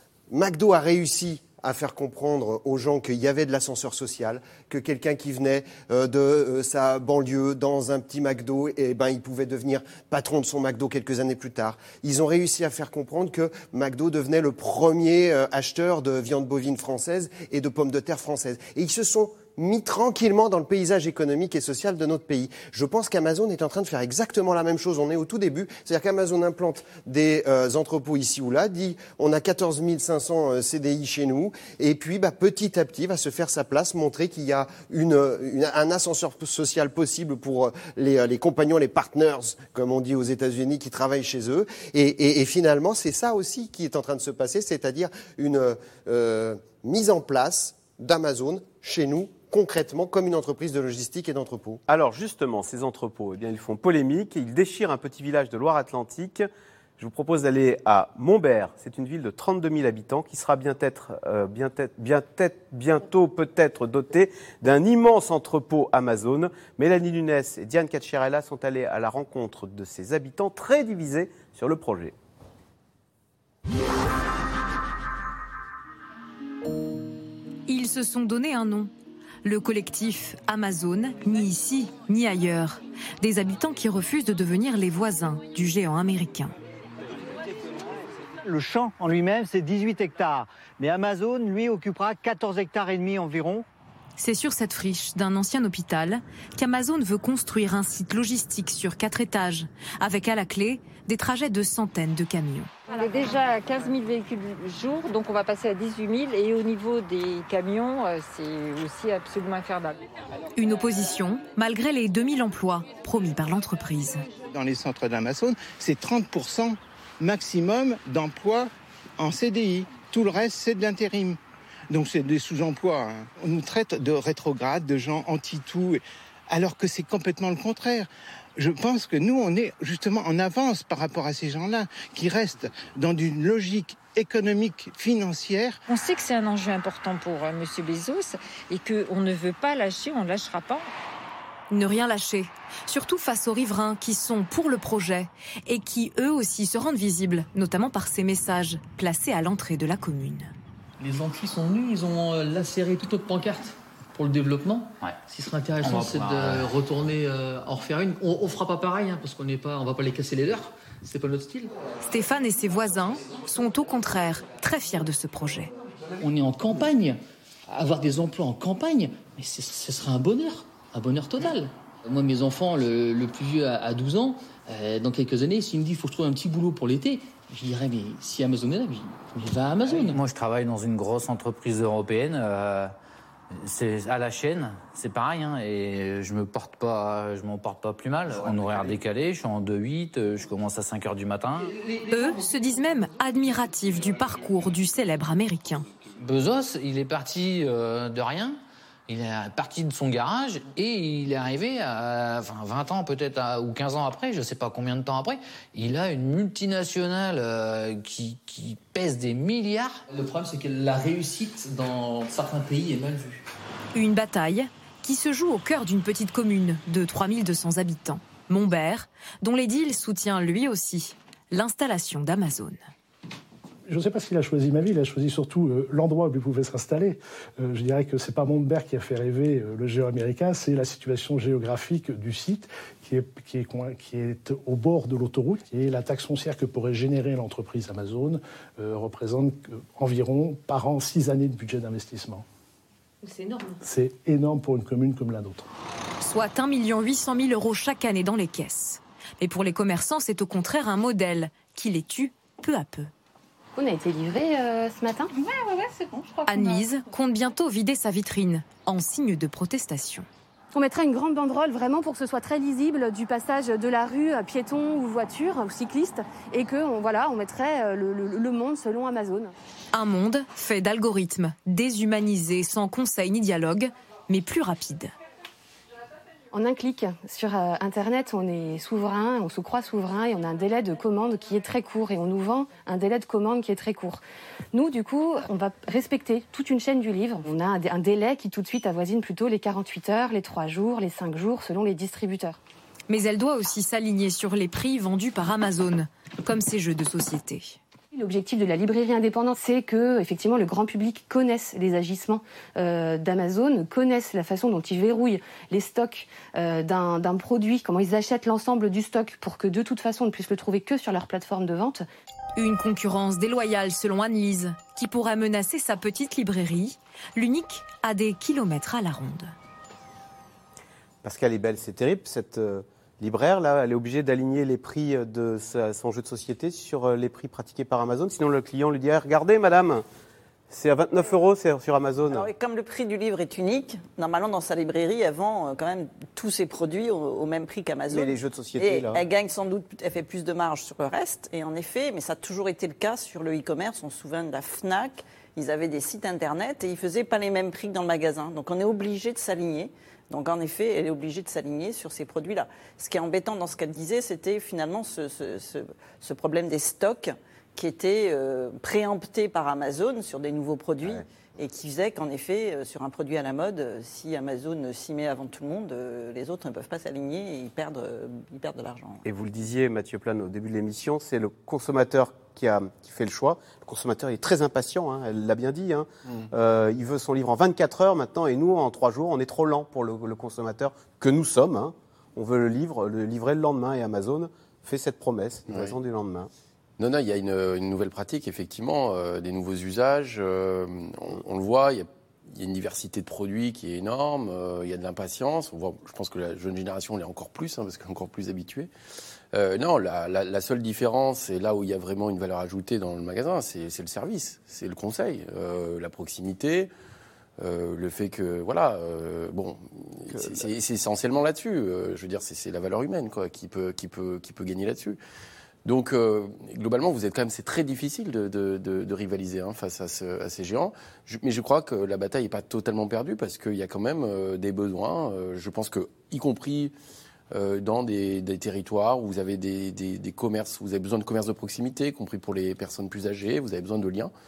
McDo a réussi à faire comprendre aux gens qu'il y avait de l'ascenseur social, que quelqu'un qui venait euh, de euh, sa banlieue dans un petit McDo, eh ben, il pouvait devenir patron de son McDo quelques années plus tard. Ils ont réussi à faire comprendre que McDo devenait le premier euh, acheteur de viande bovine française et de pommes de terre françaises. Et ils se sont mis tranquillement dans le paysage économique et social de notre pays. Je pense qu'Amazon est en train de faire exactement la même chose. On est au tout début. C'est-à-dire qu'Amazon implante des euh, entrepôts ici ou là, dit on a quatorze mille cinq cents euh, C D I chez nous, et puis bah, petit à petit va se faire sa place, montrer qu'il y a une, une, un ascenseur social possible pour les, les compagnons, les partners, comme on dit aux États-Unis, qui travaillent chez eux. Et, et, et finalement, c'est ça aussi qui est en train de se passer, c'est-à-dire une euh, mise en place d'Amazon chez nous, concrètement comme une entreprise de logistique et d'entrepôt. Alors justement, ces entrepôts, eh bien, ils font polémique, ils déchirent un petit village de Loire-Atlantique. Je vous propose d'aller à Montbert. C'est une ville de trente-deux mille habitants qui sera bien être, euh, bien être, bien être, bientôt peut-être dotée d'un immense entrepôt Amazon. Mélanie Nunes et Diane Cacciarella sont allées à la rencontre de ces habitants très divisés sur le projet. Ils se sont donné un nom. Le collectif Amazon, ni ici, ni ailleurs. Des habitants qui refusent de devenir les voisins du géant américain. Le champ en lui-même, c'est dix-huit hectares. Mais Amazon, lui, occupera quatorze hectares et demi environ. C'est sur cette friche d'un ancien hôpital qu'Amazon veut construire un site logistique sur quatre étages, avec à la clé des trajets de centaines de camions. On est déjà à quinze mille véhicules jour, donc on va passer à dix-huit mille. Et au niveau des camions, c'est aussi absolument infernal. Une opposition, malgré les deux mille emplois promis par l'entreprise. Dans les centres d'Amazon, c'est trente pour cent maximum d'emplois en C D I. Tout le reste, c'est de l'intérim. Donc c'est des sous-emplois. Hein. On nous traite de rétrogrades, de gens anti-tout, alors que c'est complètement le contraire. Je pense que nous, on est justement en avance par rapport à ces gens-là, qui restent dans une logique économique, financière. On sait que c'est un enjeu important pour euh, M. Bezos et qu'on ne veut pas lâcher, on ne lâchera pas. Ne rien lâcher, surtout face aux riverains qui sont pour le projet et qui eux aussi se rendent visibles, notamment par ces messages placés à l'entrée de la commune. Les Antilles sont venus, ils ont lacéré toute notre pancarte pour le développement. Ouais. Ce qui serait intéressant, c'est pouvoir, de retourner euh, en refaire une. On, on fera pas pareil, hein, parce qu'on n'est pas, on va pas les casser les leurs. C'est pas notre style. Stéphane et ses voisins sont au contraire très fiers de ce projet. On est en campagne, avoir des emplois en campagne, mais c'est, ce serait un bonheur, un bonheur total. Moi, mes enfants, le, le plus vieux a douze ans, euh, dans quelques années, s'il me dit qu'il faut que je trouve un petit boulot pour l'été, je dirais, mais si Amazon est là, mais va à Amazon. Moi, je travaille dans une grosse entreprise européenne. Euh, c'est à la chaîne, c'est pareil, hein, et je me porte pas, je m'en porte pas plus mal. En horaire décalé, je suis en deux huit, je commence à cinq heures du matin. Eux se disent même admiratifs du parcours du célèbre Américain. Bezos, il est parti euh, de rien. Il est parti de son garage et il est arrivé à enfin, vingt ans peut-être à, ou quinze ans après, je ne sais pas combien de temps après, il a une multinationale euh, qui, qui pèse des milliards. Le problème, c'est que la réussite dans certains pays est mal vue. Une bataille qui se joue au cœur d'une petite commune de trois mille deux cents habitants, Montbert, dont l'édile soutient lui aussi l'installation d'Amazon. Je ne sais pas s'il a choisi ma ville, il a choisi surtout euh, l'endroit où il pouvait s'installer. Euh, je dirais que ce n'est pas Montbert qui a fait rêver euh, le géant américain, c'est la situation géographique du site qui est, qui est, qui est au bord de l'autoroute. Et la taxe foncière que pourrait générer l'entreprise Amazon euh, représente euh, environ par an six années de budget d'investissement. C'est énorme. C'est énorme pour une commune comme la nôtre. Soit un million huit cent mille euros chaque année dans les caisses. Mais pour les commerçants, c'est au contraire un modèle qui les tue peu à peu. On a été livré euh, ce matin. Ouais, ouais, ouais, c'est bon, je crois. Anne-Lise compte bientôt vider sa vitrine en signe de protestation. On mettra une grande banderole vraiment pour que ce soit très lisible du passage de la rue à piétons ou voitures ou cyclistes et que on, voilà, on mettrait le, le, le monde selon Amazon. Un monde fait d'algorithmes, déshumanisé, sans conseil ni dialogue, mais plus rapide. En un clic sur euh, Internet, on est souverain, on se croit souverain et on a un délai de commande qui est très court et on nous vend un délai de commande qui est très court. Nous, du coup, on va respecter toute une chaîne du livre. On a un, un délai qui tout de suite avoisine plutôt les quarante-huit heures, les trois jours, les cinq jours selon les distributeurs. Mais elle doit aussi s'aligner sur les prix vendus par Amazon, comme ces jeux de société. L'objectif de la librairie indépendante, c'est que effectivement le grand public connaisse les agissements euh, d'Amazon, connaisse la façon dont ils verrouillent les stocks euh, d'un, d'un produit, comment ils achètent l'ensemble du stock pour que de toute façon on ne puisse le trouver que sur leur plateforme de vente. Une concurrence déloyale selon Anne-Lise, qui pourrait menacer sa petite librairie, l'unique à des kilomètres à la ronde. Pascal est belle, c'est terrible cette... Euh... libraire, là, elle est obligée d'aligner les prix de sa, son jeu de société sur les prix pratiqués par Amazon. Sinon, le client lui dit ah, « Regardez, madame, c'est à vingt-neuf euros c'est sur Amazon. » Alors, comme le prix du livre est unique, normalement, dans sa librairie, elle vend quand même tous ses produits au, au même prix qu'Amazon. Mais les jeux de société, et là... elle gagne sans doute, elle fait plus de marge sur le reste. Et en effet, mais ça a toujours été le cas sur le e-commerce. On se souvient de la Fnac, ils avaient des sites Internet et ils ne faisaient pas les mêmes prix que dans le magasin. Donc, on est obligé de s'aligner. Donc, en effet, elle est obligée de s'aligner sur ces produits-là. Ce qui est embêtant dans ce qu'elle disait, c'était finalement ce, ce, ce, ce problème des stocks qui étaient euh, préemptés par Amazon sur des nouveaux produits ouais. et qui faisait qu'en effet, euh, sur un produit à la mode, euh, si Amazon s'y met avant tout le monde, euh, les autres ne peuvent pas s'aligner et ils perdent, euh, ils perdent de l'argent. Et vous le disiez, Mathieu Plane, au début de l'émission, c'est le consommateur qui, a, qui fait le choix. Le consommateur est très impatient, hein, elle l'a bien dit. Hein. Mmh. Euh, il veut son livre en vingt-quatre heures maintenant et nous, en trois jours, on est trop lent pour le, le consommateur que nous sommes. Hein. On veut le livre, le livrer le lendemain et Amazon fait cette promesse, livraison oui. du lendemain. Non, non, il y a une, une nouvelle pratique, effectivement, euh, des nouveaux usages. Euh, on, on le voit, il y, a, il y a une diversité de produits qui est énorme, euh, il y a de l'impatience. On voit, je pense que la jeune génération l'est encore plus, hein, parce qu'elle est encore plus habituée. Euh, non, la, la, la seule différence, et là où il y a vraiment une valeur ajoutée dans le magasin, c'est, c'est le service, c'est le conseil, euh, la proximité, euh, le fait que, voilà, euh, bon, c'est, c'est, c'est essentiellement là-dessus. Euh, je veux dire, c'est, c'est la valeur humaine, quoi, qui peut, qui peut, qui peut gagner là-dessus. Donc, euh, globalement, vous êtes quand même, c'est très difficile de, de, de, de rivaliser hein, face à, ce, à ces géants. Je, mais je crois que la bataille n'est pas totalement perdue parce qu'il y a quand même euh, des besoins. Euh, je pense que, y compris euh, dans des, des territoires où vous avez des, des, des commerces, vous avez besoin de commerces de proximité, y compris pour les personnes plus âgées, vous avez besoin de liens.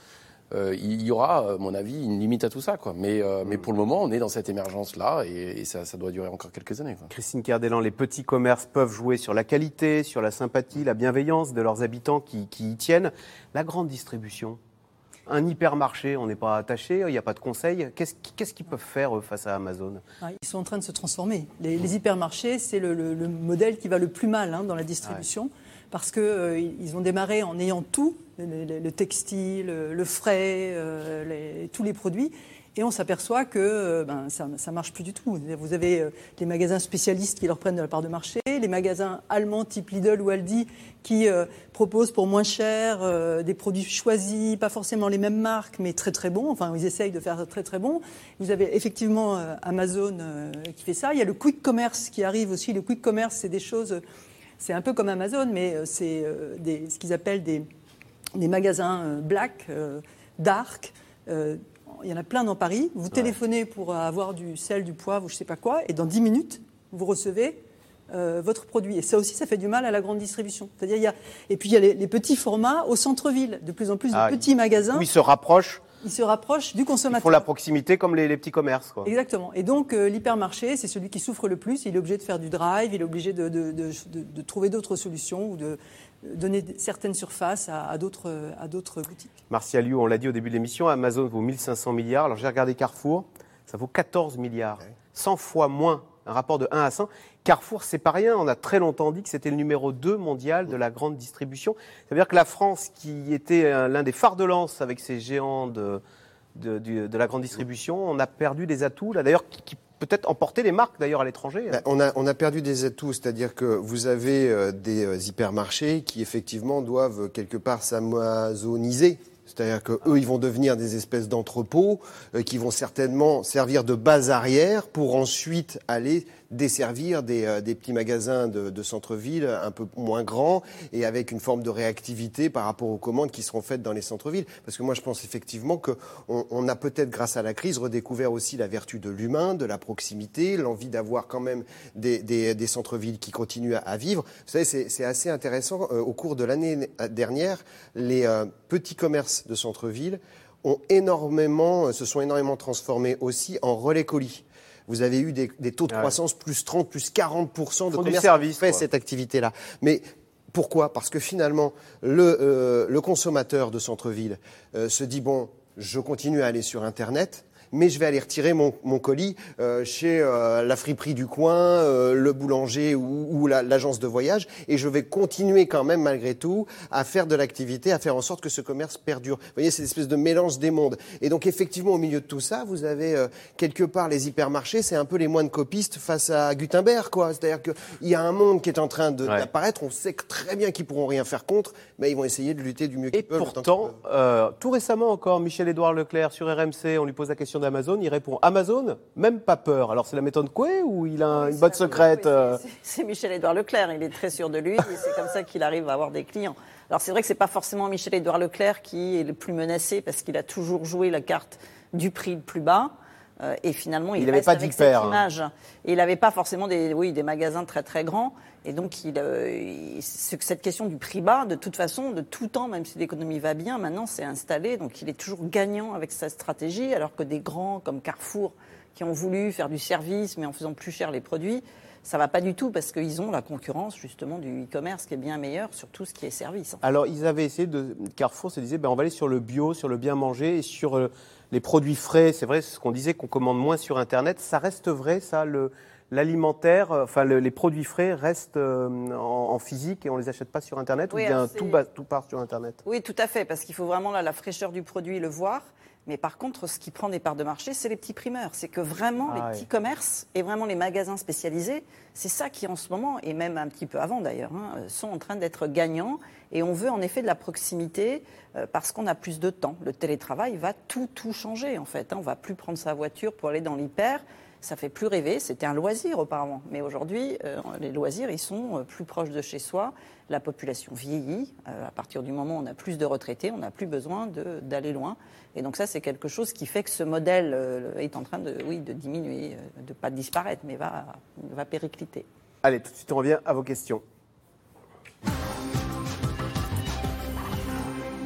euh, il y aura, à mon avis, une limite à tout ça, quoi. Mais, euh, mais pour le moment, on est dans cette émergence-là et, et ça, ça doit durer encore quelques années, quoi. Christine Kerdelan, les petits commerces peuvent jouer sur la qualité, sur la sympathie, la bienveillance de leurs habitants qui, qui y tiennent. La grande distribution, un hypermarché, on n'est pas attaché, il n'y a pas de conseil. Qu'est-ce, qu'est-ce qu'ils peuvent faire eux, face à Amazon ? Ils sont en train de se transformer. Les, les hypermarchés, c'est le, le, le modèle qui va le plus mal hein, dans la distribution. Ouais. Parce qu'ils euh, ont démarré en ayant tout, le, le, le textile, le frais, euh, les, tous les produits. Et on s'aperçoit que euh, ben, ça ne marche plus du tout. Vous avez euh, les magasins spécialistes qui leur prennent de la part de marché, les magasins allemands type Lidl ou Aldi qui euh, proposent pour moins cher euh, des produits choisis, pas forcément les mêmes marques, mais très très bons. Enfin, ils essayent de faire très très bons. Vous avez effectivement euh, Amazon euh, qui fait ça. Il y a le quick commerce qui arrive aussi. Le quick commerce, c'est des choses... C'est un peu comme Amazon, mais c'est euh, des, ce qu'ils appellent des, des magasins euh, black, euh, dark. Euh, il y en a plein dans Paris. Vous ouais. téléphonez pour avoir du sel, du poivre ou je ne sais pas quoi, et dans dix minutes, vous recevez euh, votre produit. Et ça aussi, ça fait du mal à la grande distribution. C'est-à-dire, il y a, et puis il y a les, les petits formats au centre-ville, de plus en plus de ah, petits magasins. Où ils se rapprochent. Ils se rapprochent du consommateur. Ils font la proximité comme les, les petits commerces, quoi. Exactement. Et donc, euh, l'hypermarché, c'est celui qui souffre le plus. Il est obligé de faire du drive, il est obligé de, de, de, de, de trouver d'autres solutions ou de donner certaines surfaces à, à, d'autres, à d'autres boutiques. Martial Liu, on l'a dit au début de l'émission, Amazon vaut mille cinq cents milliards. Alors, j'ai regardé Carrefour, ça vaut quatorze milliards. Ouais. cent fois moins, un rapport de un à cent. Carrefour, c'est pas rien. On a très longtemps dit que c'était le numéro deux mondial de la grande distribution. Ça veut dire que la France, qui était l'un des phares de lance avec ses géants de, de, de, de la grande distribution, on a perdu des atouts, là, d'ailleurs, qui, qui peut-être emporter les marques, d'ailleurs, à l'étranger. Ben, on, a, on a perdu des atouts, c'est-à-dire que vous avez euh, des euh, hypermarchés qui, effectivement, doivent, quelque part, s'amazoniser. C'est-à-dire qu'eux, ils vont devenir des espèces d'entrepôts euh, qui vont certainement servir de base arrière pour ensuite aller desservir des, euh, des petits magasins de, de centre-ville un peu moins grands et avec une forme de réactivité par rapport aux commandes qui seront faites dans les centres-villes. Parce que moi, je pense effectivement qu'on on a peut-être, grâce à la crise, redécouvert aussi la vertu de l'humain, de la proximité, l'envie d'avoir quand même des, des, des centres-villes qui continuent à, à vivre. Vous savez, c'est, c'est assez intéressant. Euh, au cours de l'année dernière, les euh, petits commerces de centre-ville ont énormément, se sont énormément transformés aussi en relais colis. Vous avez eu des, des taux de croissance plus trente, plus quarante pour cent de commerces qui fait cette activité-là. Mais pourquoi ? Parce que finalement, le, euh, le consommateur de centre-ville euh, se dit, bon, je continue à aller sur Internet, mais je vais aller retirer mon, mon colis euh, chez euh, la friperie du coin, euh, le boulanger ou, ou la, l'agence de voyage, et je vais continuer quand même, malgré tout, à faire de l'activité, à faire en sorte que ce commerce perdure. Vous voyez, c'est une espèce de mélange des mondes. Et donc, effectivement, au milieu de tout ça, vous avez euh, quelque part les hypermarchés, c'est un peu les moines copistes face à Gutenberg, quoi. C'est-à-dire qu'il y a un monde qui est en train de, ouais. d'apparaître, on sait très bien qu'ils pourront rien faire contre, mais ils vont essayer de lutter du mieux qu'ils peuvent. Et pourtant, euh, tout récemment encore, Michel-Édouard Leclerc sur R M C, on lui pose la question d'Amazon, il répond Amazon, même pas peur. Alors c'est la méthode Coué ou il a oui, une botte secrète oui, c'est, c'est, c'est Michel-Édouard Leclerc, il est très sûr de lui et c'est comme ça qu'il arrive à avoir des clients. Alors c'est vrai que c'est pas forcément Michel-Édouard Leclerc qui est le plus menacé parce qu'il a toujours joué la carte du prix le plus bas. Euh, et finalement, il, il reste pas avec cette image. Hein. Et il n'avait pas forcément des, oui, des magasins très très grands. Et donc, il, euh, il, cette question du prix bas, de toute façon, de tout temps, même si l'économie va bien, maintenant c'est installé. Donc, il est toujours gagnant avec sa stratégie, alors que des grands comme Carrefour, qui ont voulu faire du service, mais en faisant plus cher les produits, ça va pas du tout parce qu'ils ont la concurrence justement du e-commerce qui est bien meilleur sur tout ce qui est service. Alors, ils avaient essayé de Carrefour se disait, ben on va aller sur le bio, sur le bien manger et sur euh, les produits frais. C'est vrai, c'est ce qu'on disait qu'on commande moins sur Internet. Ça reste vrai, ça, le l'alimentaire, euh, enfin le, les produits frais restent euh, en, en physique et on les achète pas sur Internet oui, ou bien tout, bas, tout part sur Internet. Oui, tout à fait, parce qu'il faut vraiment là, la fraîcheur du produit le voir. Mais par contre, ce qui prend des parts de marché, c'est les petits primeurs. C'est que vraiment, ah, les ouais. petits commerces et vraiment les magasins spécialisés, c'est ça qui, en ce moment, et même un petit peu avant d'ailleurs, hein, sont en train d'être gagnants. Et on veut en effet de la proximité euh, parce qu'on a plus de temps. Le télétravail va tout, tout changer en fait. Hein. On ne va plus prendre sa voiture pour aller dans l'hyper. Ça fait plus rêver. C'était un loisir auparavant. Mais aujourd'hui, euh, les loisirs, ils sont euh, plus proches de chez soi. La population vieillit. Euh, à partir du moment où on a plus de retraités, on n'a plus besoin de, d'aller loin. Et donc ça, c'est quelque chose qui fait que ce modèle euh, est en train de, oui, de diminuer, euh, de ne pas disparaître, mais va, va péricliter. Allez, tout de suite, on revient à vos questions.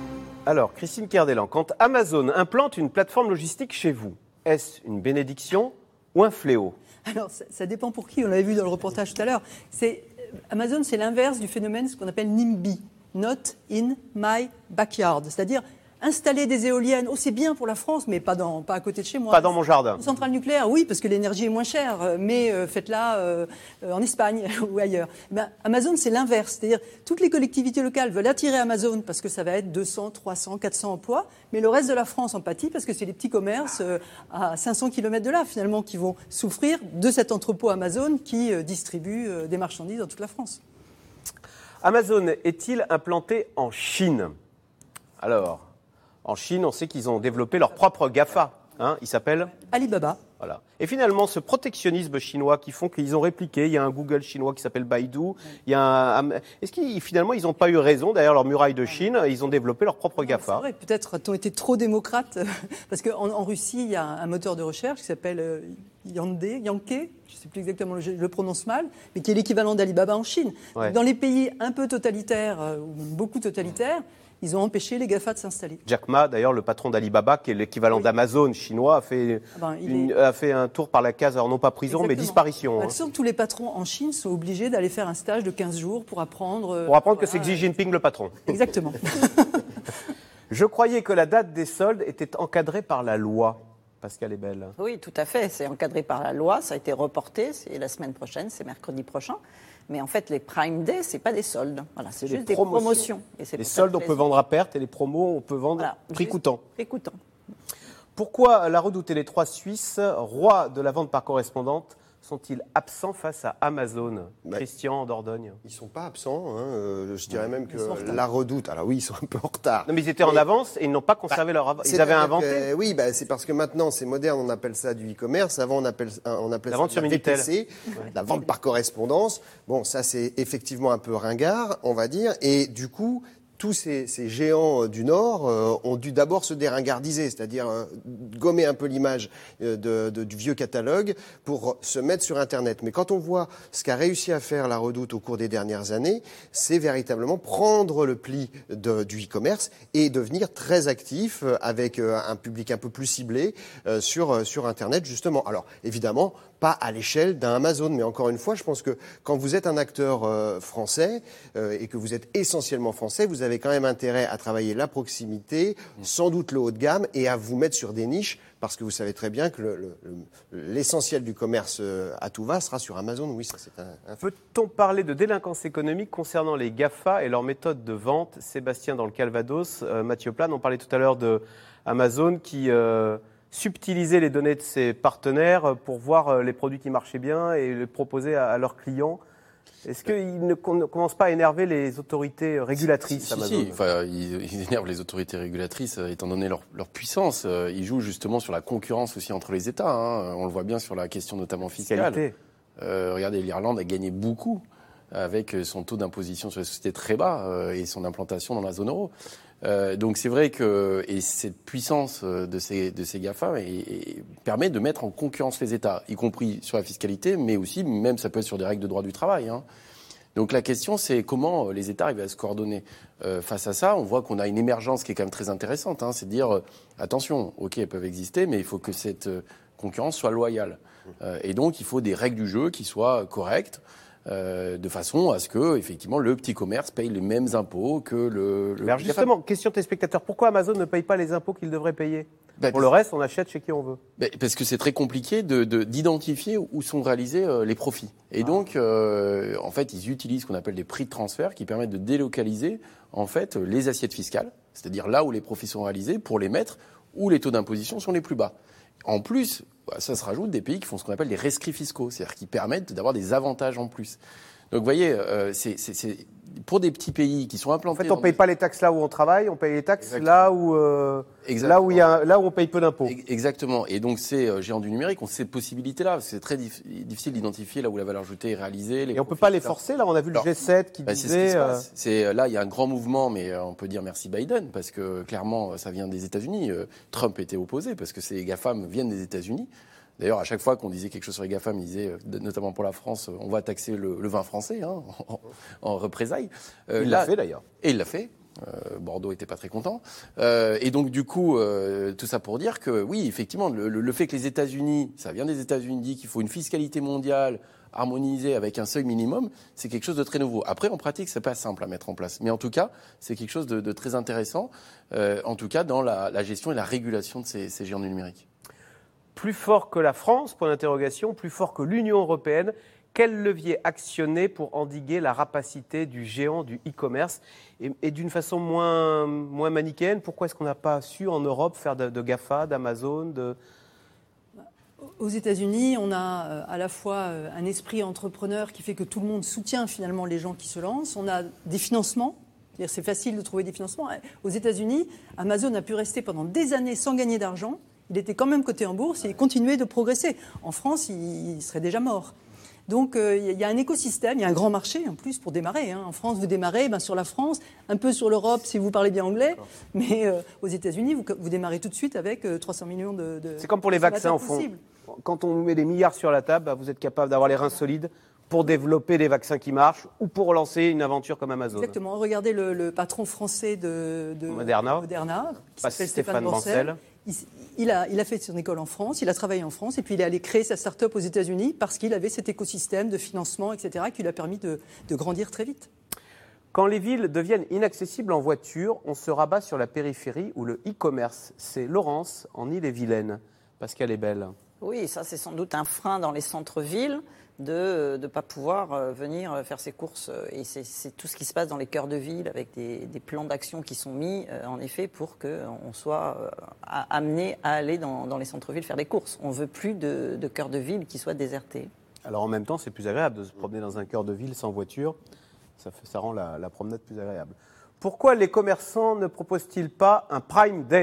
Alors, Christine Kerdelan, quand Amazon implante une plateforme logistique chez vous, est-ce une bénédiction ou un fléau ? Alors, ça, ça dépend pour qui. On l'avait vu dans le reportage tout à l'heure. C'est, Amazon, c'est l'inverse du phénomène, ce qu'on appelle NIMBY, Not in my backyard. C'est-à-dire installer des éoliennes, oh, c'est bien pour la France, mais pas, dans, pas à côté de chez moi. Pas dans mon jardin. Une centrale nucléaire, oui, parce que l'énergie est moins chère, mais euh, faites-la euh, en Espagne ou ailleurs. Ben, Amazon, c'est l'inverse. C'est-à-dire toutes les collectivités locales veulent attirer Amazon parce que ça va être deux cents, trois cents, quatre cents emplois, mais le reste de la France en pâtit parce que c'est les petits commerces euh, à cinq cents kilomètres de là, finalement, qui vont souffrir de cet entrepôt Amazon qui euh, distribue euh, des marchandises dans toute la France. Amazon est-il implanté en Chine ? Alors, en Chine, on sait qu'ils ont développé leur propre GAFA. Hein, il s'appelle Alibaba. Voilà. Et finalement, ce protectionnisme chinois qui font qu'ils ont répliqué, il y a un Google chinois qui s'appelle Baidu, il y a un... Est-ce qu'ils finalement ils n'ont pas eu raison derrière leur muraille de Chine, ils ont développé leur propre GAFA. C'est vrai, peut-être a-t-on été trop démocrate, parce qu'en en Russie, il y a un moteur de recherche qui s'appelle euh, Yandé, Yankee, je ne sais plus exactement, je le prononce mal, mais qui est l'équivalent d'Alibaba en Chine. Ouais. Dans les pays un peu totalitaires, euh, ou beaucoup totalitaires, ils ont empêché les GAFA de s'installer. Jack Ma, d'ailleurs, le patron d'Alibaba, qui est l'équivalent oui. d'Amazon chinois, a fait, ah ben, une, est... a fait un tour par la case, alors non pas prison, Exactement. mais disparition. Bah, hein. Tous les patrons en Chine sont obligés d'aller faire un stage de quinze jours pour apprendre... Pour apprendre voilà. que c'est Xi Jinping le patron. Exactement. Je croyais que la date des soldes était encadrée par la loi. Pascal est belle. Oui, tout à fait. C'est encadré par la loi. Ça a été reporté. C'est la semaine prochaine, c'est mercredi prochain. Mais en fait, les Prime Day, ce n'est pas des soldes. Voilà, c'est juste des promotions. Et c'est les soldes, on peut vendre à perte et les promos, on peut vendre voilà, prix coûtant. Prix coûtant. Pourquoi la Redoute et les trois Suisses, rois de la vente par correspondante, sont-ils absents face à Amazon ? bah, Christian Dordogne. Ils ne sont pas absents. Hein. Euh, je dirais ouais, même que la Redoute... Alors oui, ils sont un peu en retard. Non, mais ils étaient mais, en avance et ils n'ont pas conservé bah, leur avance. Ils avaient inventé. Que, oui, bah, c'est parce que maintenant, c'est moderne, on appelle ça du e-commerce. Avant, on, appelle, on appelait la ça vente sur la V T C, ouais. la vente par correspondance. Bon, ça, c'est effectivement un peu ringard, on va dire. Et du coup... Tous ces, ces géants du Nord euh, ont dû d'abord se déringardiser, c'est-à-dire euh, gommer un peu l'image euh, de, de, du vieux catalogue pour se mettre sur Internet. Mais quand on voit ce qu'a réussi à faire la Redoute au cours des dernières années, c'est véritablement prendre le pli de, du e-commerce et devenir très actif euh, avec euh, un public un peu plus ciblé euh, sur, euh, sur Internet, justement. Alors, évidemment, pas à l'échelle d'un Amazon, mais encore une fois, je pense que quand vous êtes un acteur euh, français euh, et que vous êtes essentiellement français, vous avez quand même intérêt à travailler la proximité, sans doute le haut de gamme, et à vous mettre sur des niches, parce que vous savez très bien que le, le, l'essentiel du commerce euh, à tout va sera sur Amazon. Oui, ça c'est un... un... Peut-on parler de délinquance économique concernant les GAFA et leurs méthodes de vente ? Sébastien dans le Calvados, euh, Mathieu Plane, on parlait tout à l'heure de Amazon qui... Euh, subtiliser les données de ses partenaires pour voir les produits qui marchaient bien et les proposer à, à leurs clients. Est-ce qu'ils ne, ne commencent pas à énerver les autorités régulatrices, si, Amazon ? si, si. Enfin, ils, ils énervent les autorités régulatrices étant donné leur, leur puissance. Ils jouent justement sur la concurrence aussi entre les États. Hein. On le voit bien sur la question notamment fiscale. Euh, regardez, l'Irlande a gagné beaucoup avec son taux d'imposition sur les sociétés très bas euh, et son implantation dans la zone euro. Euh, donc c'est vrai que et cette puissance de ces de ces GAFA et, et permet de mettre en concurrence les États, y compris sur la fiscalité, mais aussi même ça peut être sur des règles de droit du travail. Hein. Donc la question c'est comment les États arrivent à se coordonner euh, face à ça. On voit qu'on a une émergence qui est quand même très intéressante. Hein, c'est de dire euh, attention, ok, elles peuvent exister, mais il faut que cette euh, concurrence soit loyale. Euh, et donc il faut des règles du jeu qui soient correctes. Euh, de façon à ce que, effectivement, le petit commerce paye les mêmes impôts que le... le Alors justement, question de téléspectateurs, pourquoi Amazon ne paye pas les impôts qu'il devrait payer ? bah, Pour le reste, on achète chez qui on veut. Bah, parce que c'est très compliqué de, de, d'identifier où sont réalisés euh, les profits. Et ah. donc, euh, en fait, ils utilisent ce qu'on appelle des prix de transfert qui permettent de délocaliser, en fait, les assiettes fiscales, c'est-à-dire là où les profits sont réalisés, pour les mettre où les taux d'imposition sont les plus bas. En plus, ça se rajoute des pays qui font ce qu'on appelle des rescrits fiscaux, c'est-à-dire qui permettent d'avoir des avantages en plus. Donc, vous voyez, euh, c'est, c'est, c'est pour des petits pays qui sont implantés... En fait, on ne paye pas les taxes là où on travaille, on paye les taxes là où, euh, là, où il y a, là où on paye peu d'impôts. Exactement. Et donc, ces euh, géants du numérique ont cette possibilité-là, parce que c'est très dif- difficile d'identifier là où la valeur ajoutée est réalisée. Les Et on ne peut pas les forcer, là, on a vu le G sept qui bah, disait... C'est ce qui se passe. C'est, là, il y a un grand mouvement, mais euh, on peut dire merci Biden, parce que clairement, ça vient des États-Unis. Euh, Trump était opposé, parce que ces GAFAM viennent des États-Unis. D'ailleurs, à chaque fois qu'on disait quelque chose sur les GAFAM, il disait, notamment pour la France, on va taxer le, le vin français, hein, en, en représailles. Euh, il là, l'a fait d'ailleurs. Et il l'a fait. Euh, Bordeaux était pas très content. Euh, et donc, du coup, euh, tout ça pour dire que, oui, effectivement, le, le, le fait que les États-Unis, ça vient des États-Unis, dit qu'il faut une fiscalité mondiale harmonisée avec un seuil minimum, c'est quelque chose de très nouveau. Après, en pratique, c'est pas simple à mettre en place. Mais en tout cas, c'est quelque chose de, de très intéressant, euh, en tout cas dans la, la gestion et la régulation de ces, ces géants du numérique. Plus fort que la France, point d'interrogation, plus fort que l'Union européenne. Quel levier actionner pour endiguer la rapacité du géant du e-commerce et, et d'une façon moins, moins manichéenne, pourquoi est-ce qu'on n'a pas su en Europe faire de, de GAFA, d'Amazon de... Aux États-Unis, on a à la fois un esprit entrepreneur qui fait que tout le monde soutient finalement les gens qui se lancent. On a des financements. C'est-à-dire c'est facile de trouver des financements. Aux États-Unis, Amazon a pu rester pendant des années sans gagner d'argent. Il était quand même coté en bourse et il continuait de progresser. En France, il, il serait déjà mort. Donc il euh, y a un écosystème, il y a un grand marché en plus pour démarrer. Hein. En France, vous démarrez ben, sur la France, un peu sur l'Europe si vous parlez bien anglais, mais euh, aux États-Unis, vous, vous démarrez tout de suite avec euh, trois cents millions de, de C'est comme pour les vaccins au fond. Quand on met des milliards sur la table, bah, vous êtes capable d'avoir les reins solides pour développer des vaccins qui marchent ou pour lancer une aventure comme Amazon. Exactement. Regardez le, le patron français de, de Moderna, Moderna qui Pas s'appelle Stéphane Stéphane Bancel. Bancel. Il, il, a, il a fait son école en France, il a travaillé en France et puis il est allé créer sa start-up aux États-Unis parce qu'il avait cet écosystème de financement, et cetera, qui lui a permis de, de grandir très vite. Quand les villes deviennent inaccessibles en voiture, on se rabat sur la périphérie ou le e-commerce. C'est Laurence, en Ille-et-Vilaine. Pascal est belle. Oui, ça c'est sans doute un frein dans les centres-villes de ne pas pouvoir euh, venir faire ses courses. Et c'est, c'est tout ce qui se passe dans les cœurs de ville avec des, des plans d'action qui sont mis, euh, en effet, pour qu'on soit euh, à, amené à aller dans, dans les centres-villes faire des courses. On ne veut plus de, de cœurs de ville qui soient désertés. Alors en même temps, c'est plus agréable de se promener dans un cœur de ville sans voiture. Ça, fait, ça rend la, la promenade plus agréable. Pourquoi les commerçants ne proposent-ils pas un Prime Day ?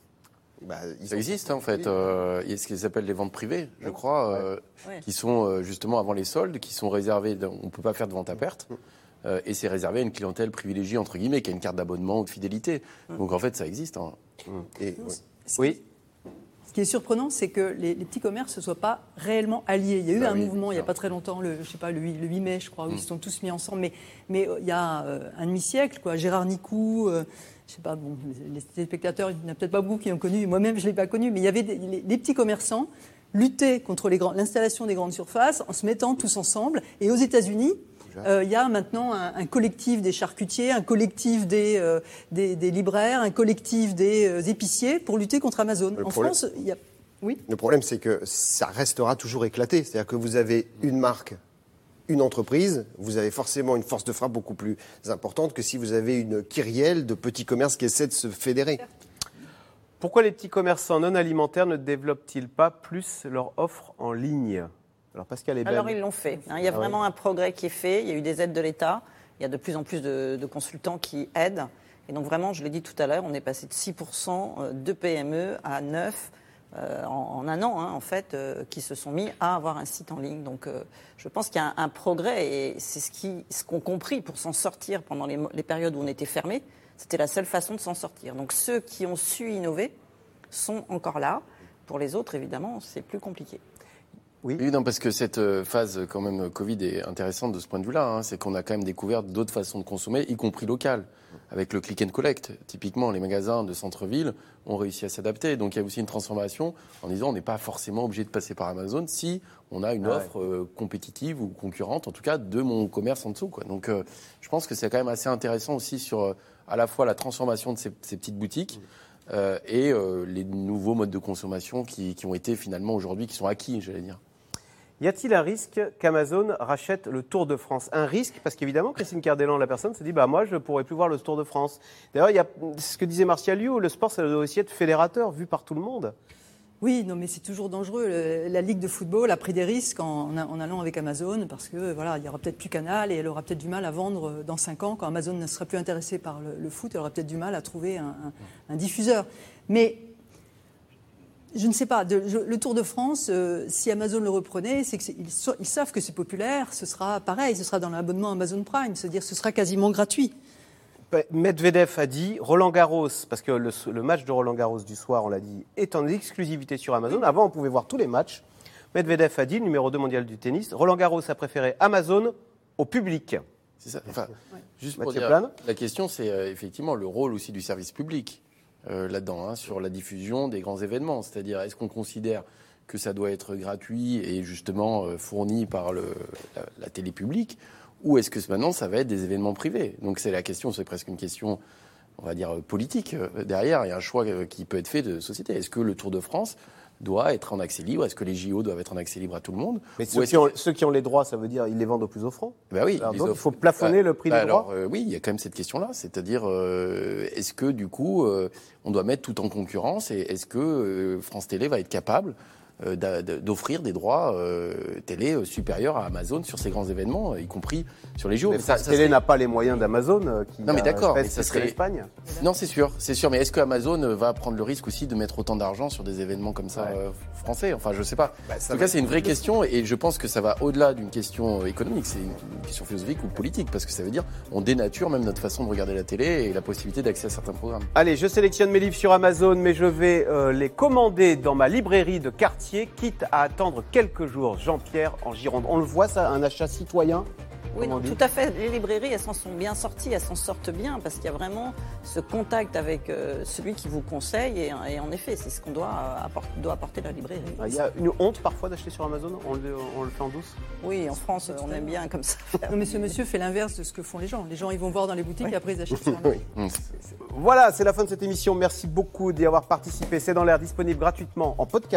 Bah, ça existe en fait. Euh, il y a ce qu'ils appellent les ventes privées, je crois, euh, ouais. qui sont euh, justement avant les soldes, qui sont réservées. On ne peut pas faire de vente à perte. Euh, et c'est réservé à une clientèle privilégiée, entre guillemets, qui a une carte d'abonnement ou de fidélité. Donc en fait, ça existe. Hein. Et, oui. oui. Ce qui est surprenant, c'est que les, les petits commerces ne soient pas réellement alliés. Il y a eu bah un oui, mouvement il n'y a pas très longtemps, le, je sais pas, le, le huit mai, je crois, où mmh. ils se sont tous mis ensemble. Mais, mais il y a euh, un demi-siècle, quoi, Gérard Nicou, euh, je sais pas, bon, les téléspectateurs, il n'y en a peut-être pas beaucoup qui ont connu, moi-même je ne l'ai pas connu, mais il y avait des, les, les petits commerçants luttaient contre les grands, l'installation des grandes surfaces en se mettant tous ensemble. Et aux États-Unis, Euh, il y a maintenant un, un collectif des charcutiers, un collectif des, euh, des, des libraires, un collectif des euh, épiciers pour lutter contre Amazon. Le en problème, France, il y a... Oui. Le problème, c'est que ça restera toujours éclaté. C'est-à-dire que vous avez une marque, une entreprise, vous avez forcément une force de frappe beaucoup plus importante que si vous avez une kyrielle de petits commerces qui essaient de se fédérer. Pourquoi les petits commerçants non alimentaires ne développent-ils pas plus leur offre en ligne ? Alors Pascal est belle. Alors ils l'ont fait. Hein. Il y a ah vraiment oui. un progrès qui est fait. Il y a eu des aides de l'État. Il y a de plus en plus de, de consultants qui aident. Et donc vraiment, je l'ai dit tout à l'heure, on est passé de six pour cent de P M E à neuf euh, en, en un an, hein, en fait, euh, qui se sont mis à avoir un site en ligne. Donc euh, je pense qu'il y a un, un progrès et c'est ce, qui, ce qu'on compris pour s'en sortir pendant les, les périodes où on était fermé. C'était la seule façon de s'en sortir. Donc ceux qui ont su innover sont encore là. Pour les autres, évidemment, c'est plus compliqué. Oui. oui, non, parce que cette phase quand même Covid est intéressante de ce point de vue-là. Hein. C'est qu'on a quand même découvert d'autres façons de consommer, y compris locales, avec le click and collect. Typiquement, les magasins de centre-ville ont réussi à s'adapter. Donc il y a aussi une transformation en disant on n'est pas forcément obligé de passer par Amazon si on a une ah offre ouais. euh, compétitive ou concurrente, en tout cas de mon commerce en dessous, quoi. Donc euh, je pense que c'est quand même assez intéressant aussi sur euh, à la fois la transformation de ces, ces petites boutiques. Euh, et euh, les nouveaux modes de consommation qui, qui ont été finalement aujourd'hui, qui sont acquis, j'allais dire. Y a-t-il un risque qu'Amazon rachète le Tour de France ? Un risque, parce qu'évidemment, Christine Cardellan, la personne, se dit bah, « moi, je ne pourrai plus voir le Tour de France ». D'ailleurs, il y a ce que disait Martial Liu, le sport, ça doit aussi être fédérateur, vu par tout le monde. Oui, non, mais c'est toujours dangereux. La Ligue de football a pris des risques en, en allant avec Amazon, parce que voilà, il y aura peut-être plus Canal et elle aura peut-être du mal à vendre dans cinq ans. Quand Amazon ne sera plus intéressée par le, le foot, elle aura peut-être du mal à trouver un, un, un diffuseur. Mais je ne sais pas, de, je, le Tour de France, euh, si Amazon le reprenait, c'est qu'ils ils savent que c'est populaire, ce sera pareil, ce sera dans l'abonnement Amazon Prime, c'est-à-dire ce sera quasiment gratuit. Medvedev a dit, Roland Garros, parce que le, le match de Roland Garros du soir, on l'a dit, est en exclusivité sur Amazon. Avant, on pouvait voir tous les matchs. Medvedev a dit, numéro deux mondial du tennis, Roland Garros a préféré Amazon au public. C'est ça. Enfin, Ouais. juste pour Mathieu dire, Plane. la question, c'est euh, effectivement le rôle aussi du service public euh, là-dedans, hein, sur la diffusion des grands événements. C'est-à-dire, est-ce qu'on considère que ça doit être gratuit et justement euh, fourni par le, la, la télé publique, ou est-ce que maintenant ça va être des événements privés? Donc c'est la question, c'est presque une question, on va dire, politique. Euh, derrière, il y a un choix euh, qui peut être fait de société. Est-ce que le Tour de France doit être en accès libre? Est-ce que les J O doivent être en accès libre à tout le monde? Mais Ou ceux est-ce qui, ont, que- ceux qui ont les droits, ça veut dire ils les vendent au plus offrant. Ben oui, Alors les donc, offres- il faut plafonner Bah, le prix bah des droits. alors, euh, oui, il y a quand même cette question-là, c'est-à-dire euh, est-ce que du coup euh, on doit mettre tout en concurrence et est-ce que euh, France Télé va être capable euh, d'a- d'offrir des droits euh, télé euh, supérieurs à Amazon sur ces grands événements, y compris sur les J O? Mais Mais ça- France ça Télé serait- n'a pas les moyens d'Amazon. euh, Qui Non mais a d'accord, mais presque ça que serait l'Espagne. Non, c'est sûr, c'est sûr. Mais est-ce que Amazon va prendre le risque aussi de mettre autant d'argent sur des événements comme ça Ouais. euh, français? Enfin, je sais pas. Bah, en ça tout va- cas, c'est une vraie question et je pense que ça va au-delà d'une question économique. C'est une question philosophique ou politique parce que ça veut dire on dénature même notre façon de regarder la télé et la possibilité d'accès à certains programmes. Allez, je sélectionne mes livres sur Amazon, mais je vais euh, les commander dans ma librairie de quartier, quitte à attendre quelques jours. Jean-Pierre en Gironde. On le voit, ça, un achat citoyen? Oui, comme non, on dit. tout à fait. Les librairies, elles s'en sont bien sorties, elles s'en sortent bien parce qu'il y a vraiment ce contact avec euh, celui qui vous conseille. Et, et en effet, c'est ce qu'on doit, euh, apporter, doit apporter la librairie. Il y a une honte parfois d'acheter sur Amazon, on le, on le fait en douce? Oui, en France, on aime bien comme ça. Non, mais ce monsieur fait l'inverse de ce que font les gens. Les gens, ils vont voir dans les boutiques et après ils achètent sur Amazon. Oui. Voilà, c'est la fin de cette émission. Merci beaucoup d'y avoir participé. C'est dans l'air, disponible gratuitement en podcast.